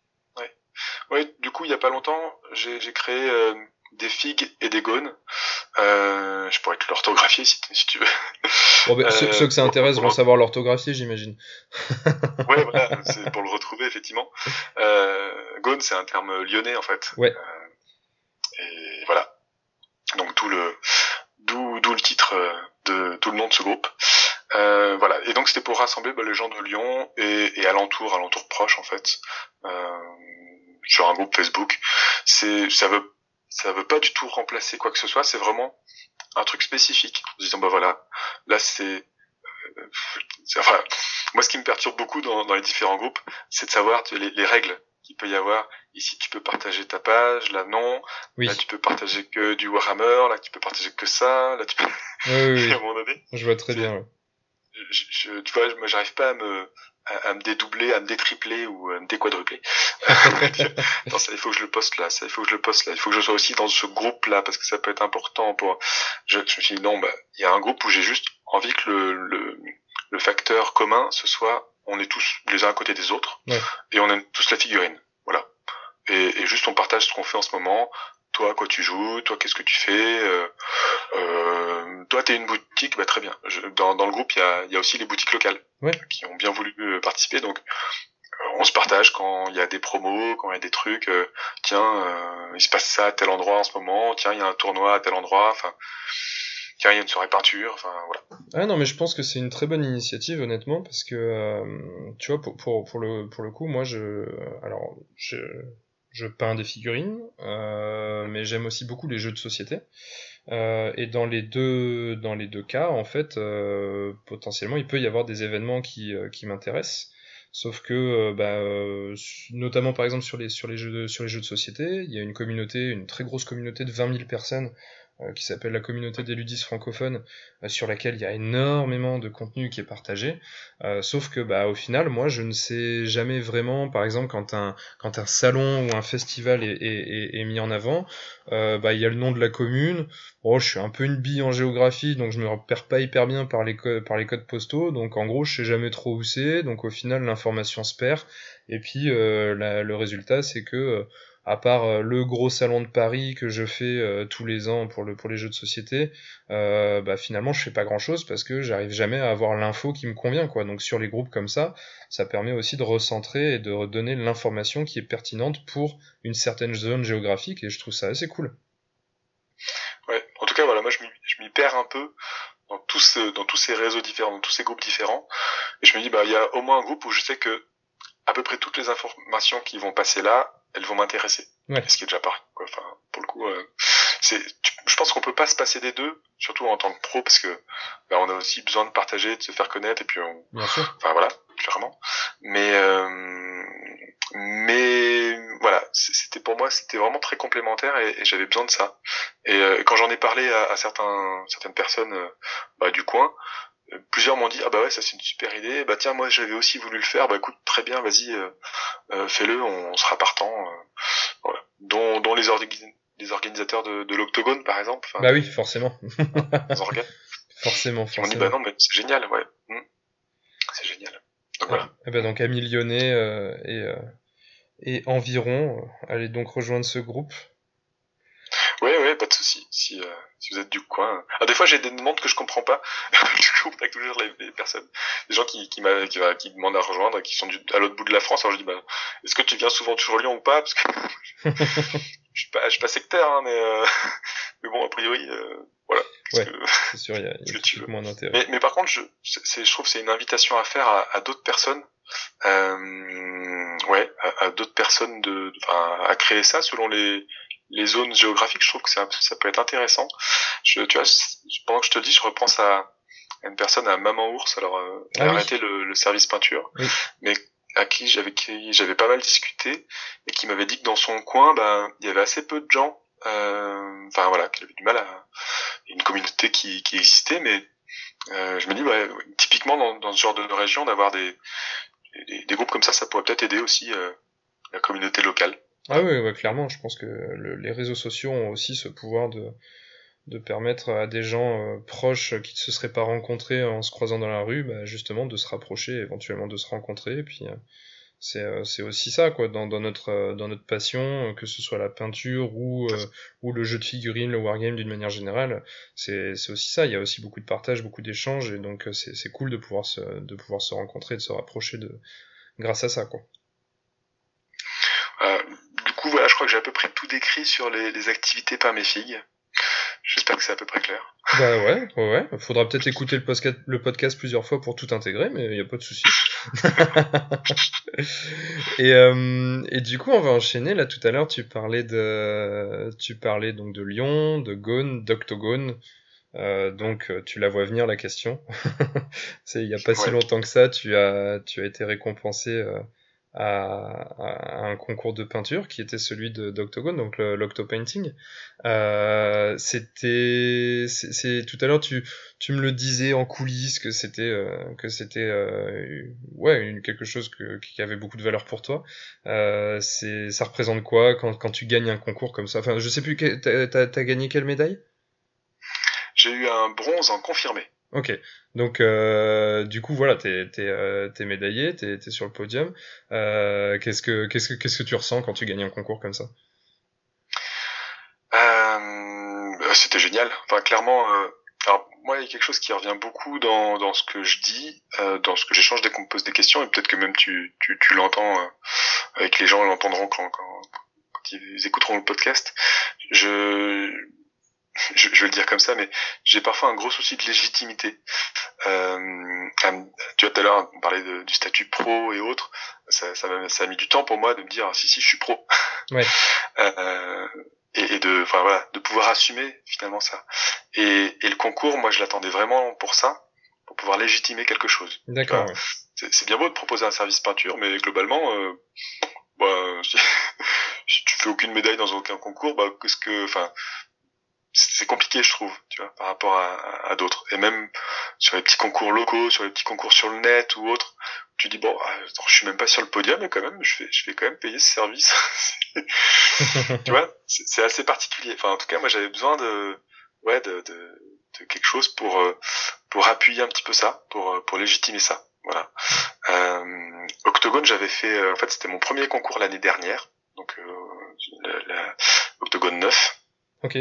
Oui, du coup, il y a pas longtemps, j'ai, j'ai créé euh, des figues et des gaunes. Euh, je pourrais te l'orthographier si, si tu veux. Bon, ben, euh, ceux, ceux que ça intéresse vont savoir l'orthographier, j'imagine. Oui, voilà, c'est pour le retrouver, effectivement. Euh, gaune, c'est un terme lyonnais, en fait. Ouais. Euh, et voilà. Donc, tout le, d'où, d'où le titre de, tout le nom de ce groupe. Euh, voilà. Et donc, c'était pour rassembler bah, les gens de Lyon et, et alentour, alentour proche, en fait. Euh, sur un groupe Facebook. C'est, ça veut, ça veut pas du tout remplacer quoi que ce soit, c'est vraiment un truc spécifique. En disant, bah voilà, là c'est, euh, c'est enfin, moi ce qui me perturbe beaucoup dans, dans les différents groupes, c'est de savoir les, les règles qu'il peut y avoir. Ici tu peux partager ta page, là non, oui. Là tu peux partager que du Warhammer, là tu peux partager que ça, là tu peux... Oui, oui, oui. à un moment donné. Je vois très c'est... bien, ouais. Je, je, tu vois, moi j'arrive pas à me à, à me dédoubler, à me détripler ou à me déquadrupler. Non, ça il faut que je le poste là, ça il faut que je le poste là, il faut que je sois aussi dans ce groupe là parce que ça peut être important pour. Je, je me suis dit non, bah il y a un groupe où j'ai juste envie que le le le facteur commun ce soit on est tous les uns à côté des autres ouais. Et on aime tous la figurine, voilà. Et, et juste on partage ce qu'on fait en ce moment. Toi, quoi tu joues, toi, qu'est-ce que tu fais, euh, euh, toi, t'es une boutique, bah très bien. Je, dans, dans le groupe, il y a, y a aussi les boutiques locales ouais. qui ont bien voulu euh, participer, donc euh, on se partage quand il y a des promos, quand il y a des trucs. Euh, tiens, euh, il se passe ça à tel endroit en ce moment. Tiens, il y a un tournoi à tel endroit. Enfin, tiens, il y a une soirée peinture, enfin voilà. Ah non, mais je pense que c'est une très bonne initiative, honnêtement, parce que, euh, tu vois, pour, pour, pour, le, pour le coup, moi, je, alors, je, je peins des figurines, euh, mais j'aime aussi beaucoup les jeux de société. Euh, et dans les deux, dans les deux cas, en fait, euh, potentiellement, il peut y avoir des événements qui, euh, qui m'intéressent. Sauf que, euh, bah, euh, notamment par exemple sur les, sur les jeux de, sur les jeux de société, il y a une communauté, une très grosse communauté de vingt mille personnes euh, qui s'appelle la communauté des ludistes francophones, euh, sur laquelle il y a énormément de contenu qui est partagé. Euh, sauf que, bah, au final, moi, je ne sais jamais vraiment, par exemple, quand un, quand un salon ou un festival est, est, est, est mis en avant, euh, bah, il y a le nom de la commune. Bon, je suis un peu une bille en géographie, donc je me repère pas hyper bien par les, co- par les codes postaux, donc en gros, je sais jamais trop où c'est, donc au final, l'information se perd, et puis euh, la- le résultat, c'est que, euh, à part euh, le gros salon de Paris que je fais euh, tous les ans pour, le, pour les jeux de société, euh, bah finalement, je fais pas grand-chose parce que j'arrive jamais à avoir l'info qui me convient, quoi. Donc sur les groupes comme ça, ça permet aussi de recentrer et de redonner l'information qui est pertinente pour une certaine zone géographique, et je trouve ça assez cool. Ouais. En tout cas, voilà, moi je m'y, je m'y perds un peu dans tous, euh, dans tous ces réseaux différents, dans tous ces groupes différents. Et je me dis, bah, il y a au moins un groupe où je sais que à peu près toutes les informations qui vont passer là, elles vont m'intéresser. Ouais. Ce qui est déjà pareil, quoi. Enfin, pour le coup, euh, c'est, tu- je pense qu'on peut pas se passer des deux, surtout en tant que pro, parce que bah, on a aussi besoin de partager, de se faire connaître, et puis on, Bien sûr. enfin voilà, clairement. Mais euh, mais voilà, c- c'était pour moi, c'était vraiment très complémentaire et, et j'avais besoin de ça. Et euh, quand j'en ai parlé à, à certains certaines personnes euh, bah, du coin, euh, plusieurs m'ont dit ah bah ouais, ça c'est une super idée. Bah tiens, moi j'avais aussi voulu le faire. Bah écoute, très bien, vas-y, euh, euh, fais-le, on, on sera partant. Euh, voilà. Dont dont les orga- les organisateurs de, de l'Octogone par exemple, enfin Bah des, oui, forcément. des organes, Forcément, qui m'ont dit bah forcément. non mais c'est génial, ouais. Hmm, c'est génial. Donc Ah, voilà. eh ben donc Amis Lyonnais euh, et, euh, et environ, euh, allez donc rejoindre ce groupe. Ouais, ouais, pas de souci. Si, euh, si vous êtes du coin. Ah, des fois, j'ai des demandes que je comprends pas. Je contacte toujours les, les personnes, des gens qui, qui, m'a, qui, va- qui demandent à rejoindre, qui sont du, à l'autre bout de la France. Alors je dis, bah, est-ce que tu viens souvent sur Lyon ou pas? Parce que je suis pas, je suis pas sectaire, hein, mais, euh, mais bon, a priori, euh, voilà. Qu'est-ce Ouais, que, c'est sûr, il y a, il y a qu'est-ce tout que de tu suite veux. moins d'intérêt. Mais, mais par contre, je, c'est, je trouve que c'est une invitation à faire à, à d'autres personnes. Euh, ouais, à, à d'autres personnes de, enfin, à créer ça selon les, les zones géographiques. Je trouve que ça, ça peut être intéressant. Je, tu vois, pendant que je te le dis, je repense à, à une personne, à Maman Ours. Alors, euh, elle Ah a oui. arrêté le, le service peinture, Oui. mais à qui j'avais, qui j'avais pas mal discuté et qui m'avait dit que dans son coin, ben, il y avait assez peu de gens. Euh, enfin voilà, qu'elle avait du mal à une communauté qui, qui existait, mais euh, je me dis, ouais, typiquement dans, dans ce genre de région, d'avoir des, des, des groupes comme ça, ça pourrait peut-être aider aussi euh, la communauté locale. Ah oui, ouais, clairement, je pense que le- les réseaux sociaux ont aussi ce pouvoir de, de permettre à des gens euh, proches qui ne se seraient pas rencontrés en se croisant dans la rue, bah, justement de se rapprocher, éventuellement de se rencontrer, et puis euh, c'est euh, c'est aussi ça, quoi, dans, dans notre euh, dans notre passion, euh, que ce soit la peinture ou euh, ou le jeu de figurines, le wargame d'une manière générale, c'est c'est aussi ça. Il y a aussi beaucoup de partage, beaucoup d'échanges, et donc euh, c'est c'est cool de pouvoir se de pouvoir se rencontrer, de se rapprocher de grâce à ça, quoi. Euh, du coup, voilà, je crois que j'ai à peu près tout décrit sur les, les activités par mes figues. J'espère que c'est à peu près clair. Bah ouais, ouais, ouais. Faudra peut-être écouter le podcast, le podcast plusieurs fois pour tout intégrer, mais il y a pas de souci. et, euh, et du coup, on va enchaîner. Là, tout à l'heure, tu parlais de, tu parlais donc de Lyon, de Gone, d'Octogone. Euh, donc, euh, tu la vois venir la question. C'est il y a pas si Ouais. longtemps que ça, tu as, tu as été récompensé euh, à, à un concours de peinture qui était celui de d'Octogone, donc le- l'Octopainting. Euh, c'était, c'est, c'est- tout à l'heure tu, tu me le disais en coulisses que c'était, euh, que c'était, euh, ouais, une, quelque chose que, qui avait beaucoup de valeur pour toi. Euh, c'est, ça représente quoi quand, quand tu gagnes un concours comme ça? Enfin, je sais plus, que- t'as, t'as, t'as gagné quelle médaille? J'ai eu un bronze en confirmé. Ok, donc euh, du coup voilà, t'es t'es euh, t'es médaillé, t'es t'es sur le podium. Euh, qu'est-ce que qu'est-ce que qu'est-ce que tu ressens quand tu gagnes un concours comme ça? Euh, c'était génial. Enfin, clairement, euh, alors moi, il y a quelque chose qui revient beaucoup dans, dans ce que je dis, euh, dans ce que j'échange dès qu'on me pose des questions, et peut-être que même tu, tu, tu l'entends euh, avec les gens, ils l'entendront quand, quand, quand ils écouteront le podcast. Je je, je vais le dire comme ça, mais j'ai parfois un gros souci de légitimité. Euh, tu vois, tout à l'heure, on parlait de, du statut pro et autres. Ça, ça, m'a, ça a mis du temps pour moi de me dire, si, si, je suis pro. Ouais. euh, et, et de, enfin voilà, de pouvoir assumer finalement ça. Et, et le concours, moi, je l'attendais vraiment pour ça, pour pouvoir légitimer quelque chose. D'accord. Tu vois, Ouais. c'est, c'est bien beau de proposer un service peinture, mais globalement, euh, bah, si, si tu fais aucune médaille dans aucun concours, bah, qu'est-ce que, enfin, c'est compliqué, je trouve, tu vois, par rapport à, à, à d'autres. Et même sur les petits concours locaux, sur les petits concours sur le net ou autres, tu dis bon, attends, je suis même pas sur le podium, mais quand même, je vais, je vais quand même payer ce service. Tu vois, c'est, c'est assez particulier. Enfin, en tout cas, moi, j'avais besoin de, ouais, de, de, de quelque chose pour, pour appuyer un petit peu ça, pour, pour légitimer ça. Voilà. Euh, Octogone, j'avais fait, en fait, c'était mon premier concours l'année dernière, donc euh, la, la, Octogone neuf. Ok.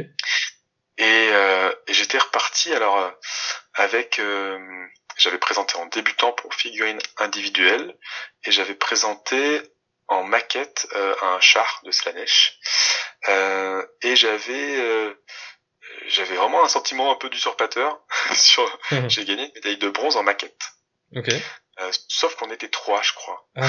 Et, euh, et j'étais reparti alors euh, avec euh, j'avais présenté en débutant pour figurine individuelle et j'avais présenté en maquette euh, un char de Slanesh euh, et j'avais euh, j'avais vraiment un sentiment un peu d'usurpateur sur j'ai gagné une médaille de bronze en maquette. Ok. Euh, sauf qu'on était trois, je crois. Ah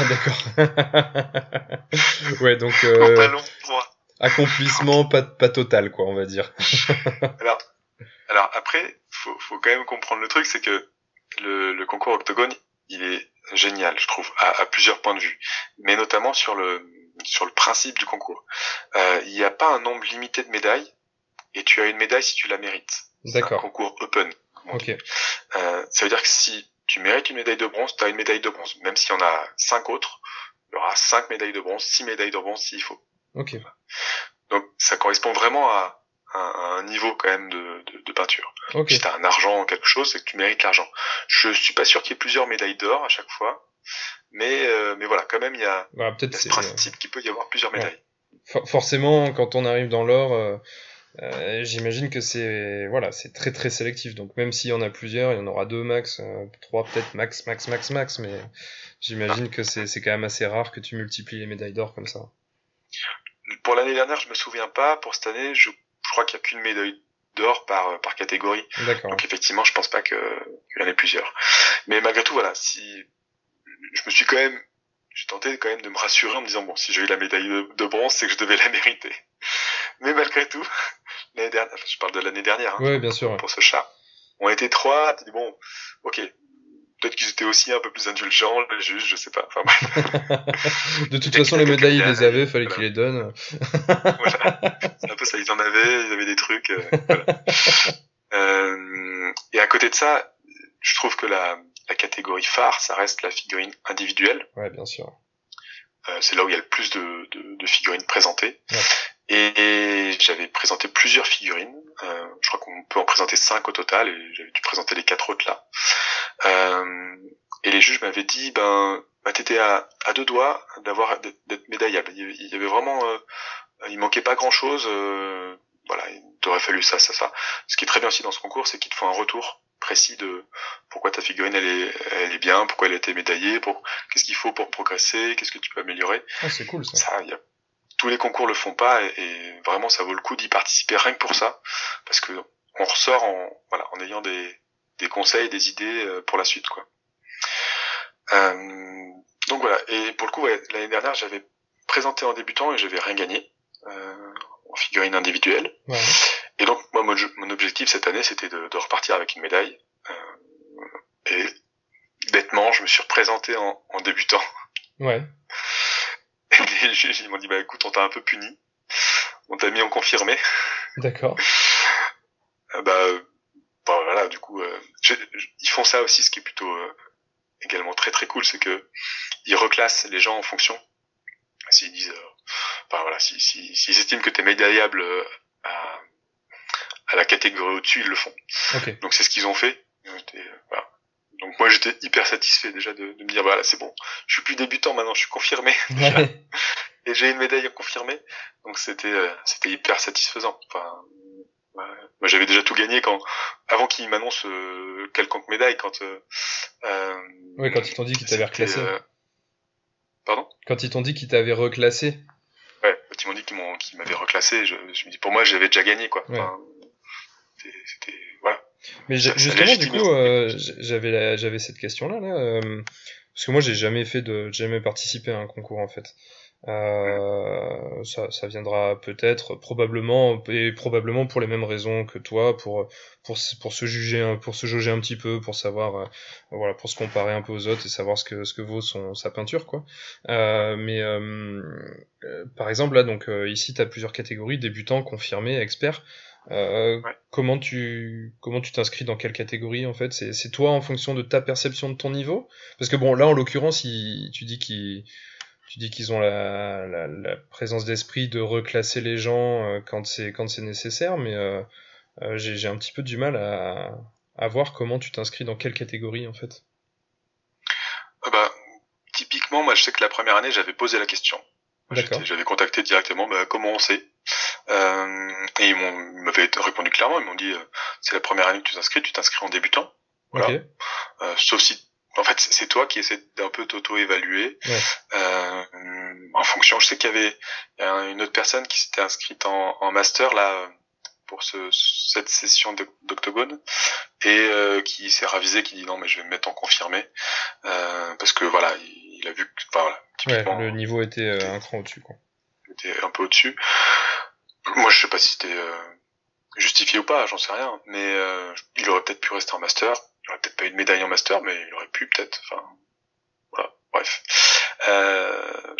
d'accord. Ouais, donc euh, Au ballon trois. Accomplissement pas, pas total, quoi, on va dire. alors, alors après, faut, faut quand même comprendre le truc, c'est que le, le concours Octogone, il est génial, je trouve, à, à plusieurs points de vue, mais notamment sur le sur le principe du concours. Euh, il n'y a pas un nombre limité de médailles, et tu as une médaille si tu la mérites. D'accord. C'est un concours open. Ok. Euh, ça veut dire que si tu mérites une médaille de bronze, tu as une médaille de bronze. Même s'il y en a cinq autres, il y aura cinq médailles de bronze, six médailles de bronze s'il faut. Ok. Donc ça correspond vraiment à, à, à un niveau quand même de, de, de peinture. Okay. Si t'as un argent ou quelque chose, c'est que tu mérites l'argent. Je suis pas sûr qu'il y ait plusieurs médailles d'or à chaque fois, mais euh, mais voilà, quand même il y a, bah, peut-être il y a ce c'est... principe qu'il peut y avoir plusieurs médailles. Ouais. For- forcément, quand on arrive dans l'or, euh, euh, j'imagine que c'est voilà, c'est très très sélectif. Donc même s'il y en a plusieurs, il y en aura deux max, euh, trois peut-être max, max, max, max, mais j'imagine que c'est c'est quand même assez rare que tu multiplies les médailles d'or comme ça. Pour l'année dernière, je me souviens pas. Pour cette année, je, je crois qu'il y a qu'une médaille d'or par par catégorie. D'accord. Donc effectivement, je pense pas que qu'il y en ait plusieurs. Mais malgré tout, voilà, si je me suis quand même, j'ai tenté quand même de me rassurer en me disant bon, si j'ai eu la médaille de, de bronze, c'est que je devais la mériter. Mais malgré tout, l'année dernière, je parle de l'année dernière, hein, ouais, bien sûr, ouais. pour ce chat, on était trois. Tu dis bon, ok. Peut-être qu'ils étaient aussi un peu plus indulgents, les juges, je sais pas. Enfin, bref. De toute façon, les médailles, ils les avaient, fallait voilà. qu'ils les donnent. Voilà. C'est un peu ça, ils en avaient, ils avaient des trucs. Euh, voilà. euh, et à côté de ça, je trouve que la, la catégorie phare, ça reste la figurine individuelle. Ouais, bien sûr. Euh, c'est là où il y a le plus de, de, de figurines présentées. Ouais. Et, et j'avais présenté plusieurs figurines. Euh, je crois qu'on peut en présenter cinq au total, et j'avais dû présenter les quatre autres là. Euh, et les juges m'avaient dit, ben, ben t'étais à, à deux doigts d'avoir d'être médaillable. Il y avait vraiment, euh, il manquait pas grand chose. Euh, voilà, il t'aurait fallu ça, ça, ça. Ce qui est très bien aussi dans ce concours, c'est qu'il te faut un retour précis de pourquoi ta figurine elle est, elle est bien, pourquoi elle a été médaillée, pour qu'est-ce qu'il faut pour progresser, qu'est-ce que tu peux améliorer. Ah, c'est cool ça. Ça, y a, tous les concours le font pas, et, et vraiment ça vaut le coup d'y participer rien que pour ça, parce que on ressort en, voilà, en ayant des des conseils, des idées pour la suite, quoi. Euh, donc voilà. Et pour le coup, ouais, l'année dernière, j'avais présenté en débutant et j'avais rien gagné euh, en figurine individuelle. Ouais. Et donc moi, mon, mon objectif cette année, c'était de, de repartir avec une médaille. Euh, et bêtement, je me suis représenté en, en débutant. Ouais. Et les juges, ils m'ont dit, bah écoute, on t'a un peu puni, on t'a mis en confirmé. D'accord. Euh, bah Bon, voilà, du coup, euh, je, je, ils font ça aussi, ce qui est plutôt euh, également très très cool, c'est que ils reclassent les gens en fonction. S'ils disent, euh, enfin voilà, s'ils si, si, si estiment que t'es médaillable euh, à, à la catégorie au-dessus, ils le font. Okay. Donc c'est ce qu'ils ont fait. Et, voilà. Donc moi j'étais hyper satisfait déjà de, de me dire, voilà, c'est bon, je suis plus débutant maintenant, je suis confirmé. Déjà. Et j'ai une médaille confirmée. Donc c'était euh, c'était hyper satisfaisant. Enfin. Ouais. Moi j'avais déjà tout gagné quand avant qu'ils m'annoncent euh, quelconque médaille, quand euh, euh, ouais, quand ils t'ont dit qu'ils t'avaient reclassé. Euh... Pardon ? Quand ils t'ont dit qu'ils t'avaient reclassé. Ouais, quand ils m'ont dit qu'ils m'ont qu'ils m'avaient reclassé, je, je me dis pour moi j'avais déjà gagné quoi. Ouais. Enfin, c'était voilà. Mais Ça- ça justement, du légitime coup, aussi. euh, j- j'avais la- j'avais cette question-là, là, euh, parce que moi, j'ai jamais fait de, j'ai jamais participé à un concours en fait. Euh, ça, ça viendra peut-être, probablement, et probablement pour les mêmes raisons que toi, pour pour se- pour se juger, un- pour se jauger un petit peu, pour savoir, euh, voilà, pour se comparer un peu aux autres et savoir ce que ce que vaut son sa peinture, quoi. Euh, mais euh, euh, par exemple là, donc euh, ici, t'as plusieurs catégories: débutant, confirmé, expert. Euh, Ouais. comment tu comment tu t'inscris dans quelle catégorie en fait? C'est c'est toi en fonction de ta perception de ton niveau? Parce que bon, là en l'occurrence, il, tu dis qu'ils tu dis qu'ils ont la, la, la présence d'esprit de reclasser les gens euh, quand c'est quand c'est nécessaire, mais euh, euh, j'ai j'ai un petit peu du mal à, à voir comment tu t'inscris dans quelle catégorie en fait. Ah bah, typiquement, moi, je sais que la première année, j'avais posé la question. D'accord. J'étais- J'avais contacté directement, bah, comment on sait euh, Et ils m'ont, ils m'avaient répondu clairement. Ils m'ont dit, euh, c'est la première année que tu t'inscris, tu t'inscris en débutant. Voilà. Ok. Euh, sauf si, en fait, c'est toi qui essaies d'un peu t'auto-évaluer Ouais. euh, en fonction. Je sais qu'il y avait il y a une autre personne qui s'était inscrite en, en master là pour ce, cette session d'O- d'Octogone et euh, qui s'est ravisé, qui dit non mais je vais me mettre en confirmé euh, parce que voilà, il, il a vu que, enfin voilà, Ouais, typiquement, le niveau était euh, était- un cran au-dessus, quoi. il était un peu au-dessus. Moi, je sais pas si c'était euh, justifié ou pas, j'en sais rien, mais euh, il aurait peut-être pu rester en master. Il aurait peut-être pas eu de médaille en master, mais il aurait pu peut-être. Enfin, voilà. Bref. Euh,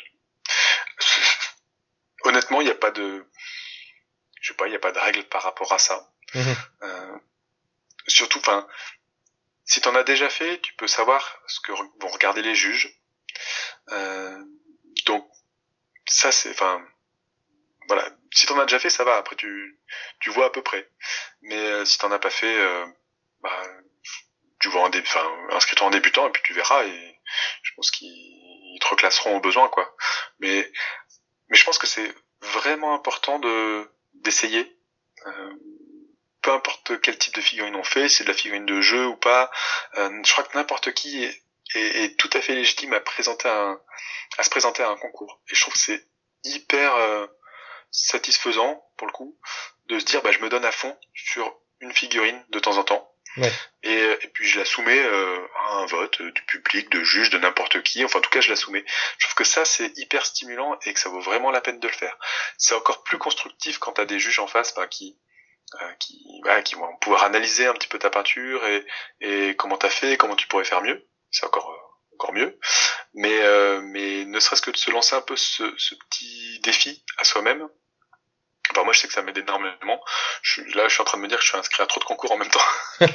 honnêtement, il n'y a pas de, je sais pas, il n'y a pas de règle par rapport à ça. Mhm. Euh, surtout, enfin, si t'en as déjà fait, tu peux savoir ce que re- vont regarder les juges. Euh, donc ça, c'est, enfin, voilà. Si t'en as déjà fait, ça va. Après, tu, tu vois à peu près. Mais euh, si t'en as pas fait, euh, bah, tu vois en dé- enfin, inscris-toi en débutant et puis tu verras. Et je pense qu'ils ils te reclasseront au besoin, quoi. Mais, mais je pense que c'est vraiment important de d'essayer. Euh, peu importe quel type de figurine on fait, c'est de la figurine de jeu ou pas. Euh, je crois que n'importe qui est, est, est tout à fait légitime à présenter un, à se présenter à un concours. Et je trouve que c'est hyper euh, satisfaisant pour le coup de se dire bah je me donne à fond sur une figurine de temps en temps. Ouais. Et, et puis je la soumets euh, à un vote euh, du public, de juge, de n'importe qui. Enfin, en tout cas, je la soumets. Je trouve que ça, c'est hyper stimulant et que ça vaut vraiment la peine de le faire. C'est encore plus constructif quand t'as des juges en face bah, qui, euh, qui, voilà, qui vont pouvoir analyser un petit peu ta peinture et, et comment t'as fait, comment tu pourrais faire mieux. C'est encore euh, encore mieux. Mais euh, mais ne serait-ce que de se lancer un peu ce, ce petit défi à soi-même. Enfin, moi, je sais que ça m'aide énormément. Je suis, là, je suis en train de me dire que je suis inscrit à trop de concours en même temps. Il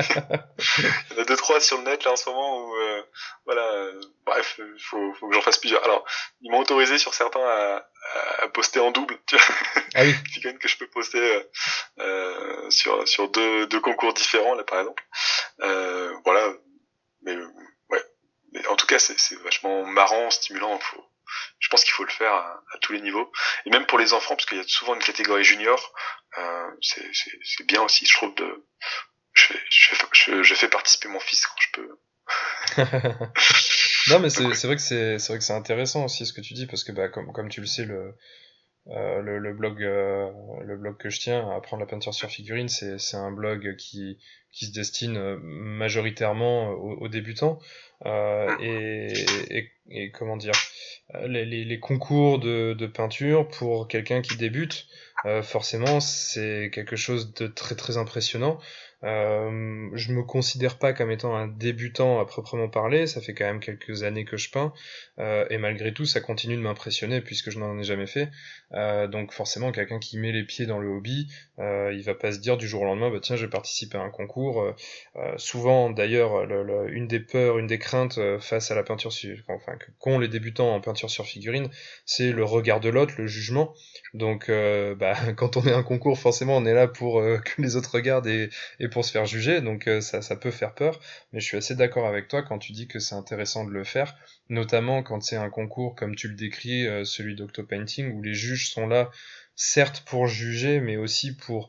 y en a deux, trois sur le net, là, en ce moment, où, euh, voilà, euh, bref, il faut, faut que j'en fasse plusieurs. Alors, ils m'ont autorisé sur certains à, à, à poster en double, tu vois. Ah oui. Figurine que je peux poster euh, euh, sur, sur deux, deux concours différents, là, par exemple. Euh, voilà. Mais, euh, ouais. Mais en tout cas, c'est, c'est vachement marrant, stimulant, faut, je pense qu'il faut le faire à, à tous les niveaux et même pour les enfants parce qu'il y a souvent une catégorie junior euh, c'est, c'est, c'est bien aussi je trouve de je fais, je, fais, je, je fais participer mon fils quand je peux. Non mais c'est c'est vrai que c'est c'est vrai que c'est intéressant aussi ce que tu dis parce que bah comme comme tu le sais le euh, le, le blog euh, le blog que je tiens, Apprendre la peinture sur figurine, c'est c'est un blog qui qui se destine euh, majoritairement aux, aux débutants euh, et, et et comment dire les les, les concours de de peinture pour quelqu'un qui débute euh, forcément c'est quelque chose de très très impressionnant. Euh, je me considère pas comme étant un débutant à proprement parler, ça fait quand même quelques années que je peins, euh, et malgré tout ça continue de m'impressionner puisque je n'en ai jamais fait. Euh, donc forcément quelqu'un qui met les pieds dans le hobby, euh, il va pas se dire du jour au lendemain bah tiens je vais participer à un concours. Euh, euh, souvent d'ailleurs le, le, une des peurs, une des craintes euh, face à la peinture sur, enfin que qu'ont les débutants en peinture sur figurine, c'est le regard de l'autre, le jugement. Donc euh, bah quand on est à un concours forcément on est là pour euh, que les autres regardent et, et pour se faire juger, donc euh, ça, ça peut faire peur, mais je suis assez d'accord avec toi quand tu dis que c'est intéressant de le faire, notamment quand c'est un concours comme tu le décris, euh, celui d'Octopainting, où les juges sont là, certes pour juger, mais aussi pour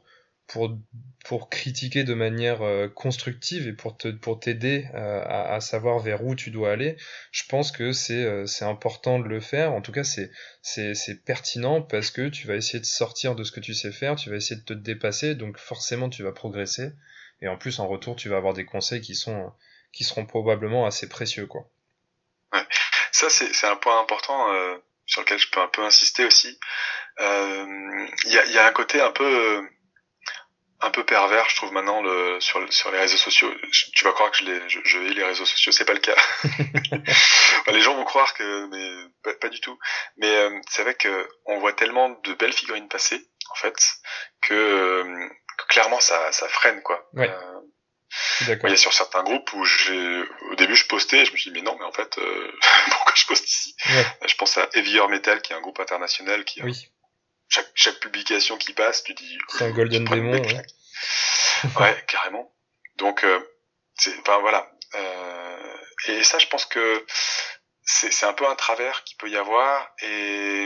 pour pour critiquer de manière euh, constructive et pour te pour t'aider euh, à, à savoir vers où tu dois aller, je pense que c'est euh, c'est important de le faire. En tout cas, c'est c'est c'est pertinent parce que tu vas essayer de sortir de ce que tu sais faire, tu vas essayer de te dépasser, donc forcément tu vas progresser. Et en plus, en retour, tu vas avoir des conseils qui sont qui seront probablement assez précieux, quoi. Ouais. Ça, c'est, c'est un point important euh, sur lequel je peux un peu insister aussi. Il euh, y, a, y a un côté un peu un peu pervers, je trouve maintenant le, sur sur les réseaux sociaux. Tu vas croire que je les je, je hais les réseaux sociaux, c'est pas le cas. Les gens vont croire que, mais pas, pas du tout. Mais euh, c'est vrai que on voit tellement de belles figurines passer, en fait, que, euh, que clairement ça ça freine quoi. Ouais. Euh, D'accord. Il y a sur certains groupes où j'ai, au début je postais, et je me suis dit mais non mais en fait euh, pourquoi je poste ici. Ouais. Je pense à Heavier Metal qui est un groupe international qui oui. chaque chaque publication qui passe tu dis c'est un Golden Demon. Ouais. ouais carrément. Donc euh, c'est enfin voilà euh, et ça je pense que c'est c'est un peu un travers qu'il peut y avoir et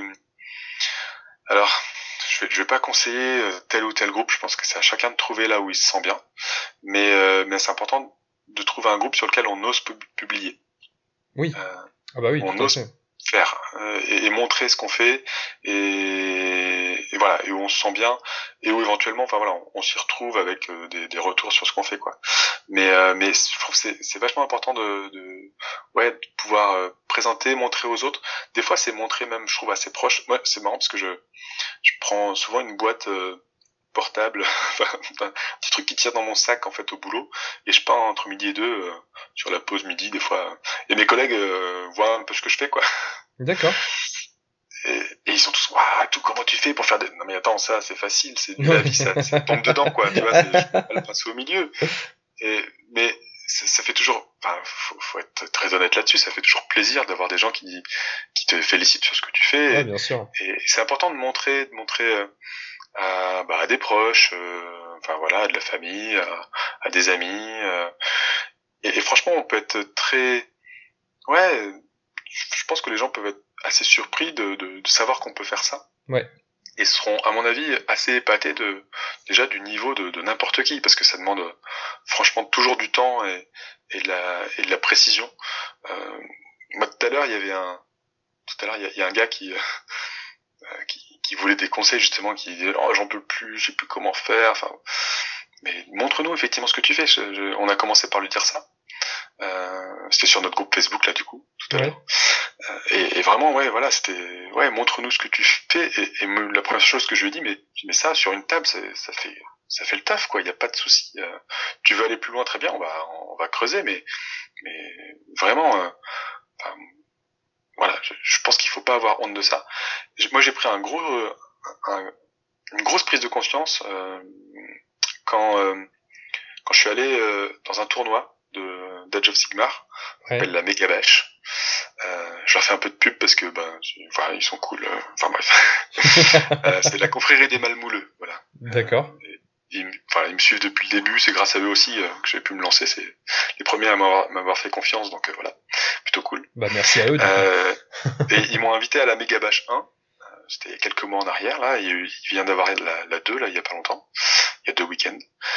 alors je vais je vais pas conseiller tel ou tel groupe, je pense que c'est à chacun de trouver là où il se sent bien. Mais, euh, mais c'est important de trouver un groupe sur lequel on ose pub- publier. Oui. Euh, ah bah oui, on tout à ose fait. faire euh, et, et montrer ce qu'on fait et, et voilà et où on se sent bien et où éventuellement, enfin voilà, on, on s'y retrouve avec euh, des, des retours sur ce qu'on fait quoi. Mais euh, mais je trouve que c'est, c'est vachement important de, de ouais de pouvoir euh, présenter, montrer aux autres. Des fois, c'est montrer même, je trouve assez proche. Moi, c'est marrant parce que je je prends souvent une boîte. Euh, portable, un petit truc qui tire dans mon sac en fait au boulot et je pars entre midi et deux euh, sur la pause midi des fois et mes collègues euh, voient un peu ce que je fais quoi. D'accord. Et, et ils sont tous waouh tout comment tu fais pour faire des non mais attends ça c'est facile c'est la vie ça, ça tombe dedans quoi tu vois c'est je peux pas le passer au milieu et mais ça, ça fait toujours enfin faut, faut être très honnête là-dessus ça fait toujours plaisir d'avoir des gens qui qui te félicitent sur ce que tu fais ouais, et, bien sûr. et c'est important de montrer de montrer euh, à, bah, à des proches, euh, enfin voilà, à de la famille, à, à des amis. Euh, et, et franchement, on peut être très, ouais, je pense que les gens peuvent être assez surpris de, de, de savoir qu'on peut faire ça. Ouais. Et seront, à mon avis, assez épatés de déjà du niveau de, de n'importe qui, parce que ça demande franchement toujours du temps et, et, de, la, et de la précision. Euh, moi, tout à l'heure, il y avait un, tout à l'heure, il y a, il y a un gars qui Euh, qui, qui voulait des conseils justement, qui disait oh, j'en peux plus, je sais plus comment faire. Enfin, mais montre-nous effectivement ce que tu fais. Je, je, on a commencé par lui dire ça. Euh, c'était sur notre groupe Facebook là du coup tout à ouais. l'heure. Euh, et, et vraiment ouais voilà c'était ouais montre-nous ce que tu fais. Et, et me, la première chose que je lui ai dit mais mais ça sur une table ça, ça fait ça fait le taf quoi. Il y a pas de souci. Euh, tu veux aller plus loin très bien on va on va creuser mais mais vraiment. Euh, enfin, voilà, je, je pense qu'il faut pas avoir honte de ça. Moi, j'ai pris un gros, euh, un, une grosse prise de conscience euh, quand euh, quand je suis allé euh, dans un tournoi de d'Age of Sigmar, ouais. s'appelle la Mega Bash. Euh, je leur fais un peu de pub parce que ben, enfin, ils sont cool. Euh, enfin bref, euh, c'est la confrérie des Malmouleux, voilà. D'accord. Euh, ils, enfin, ils me suivent depuis le début, c'est grâce à eux aussi euh, que j'ai pu me lancer. C'est les premiers à m'avoir, m'avoir fait confiance, donc euh, voilà, plutôt cool. Bah merci à eux. Du euh, et ils m'ont invité à la Mega Bash un. Euh, c'était il y a quelques mois en arrière là. Il, il vient d'avoir la, la deux là, il y a pas longtemps. Il y a deux week-ends.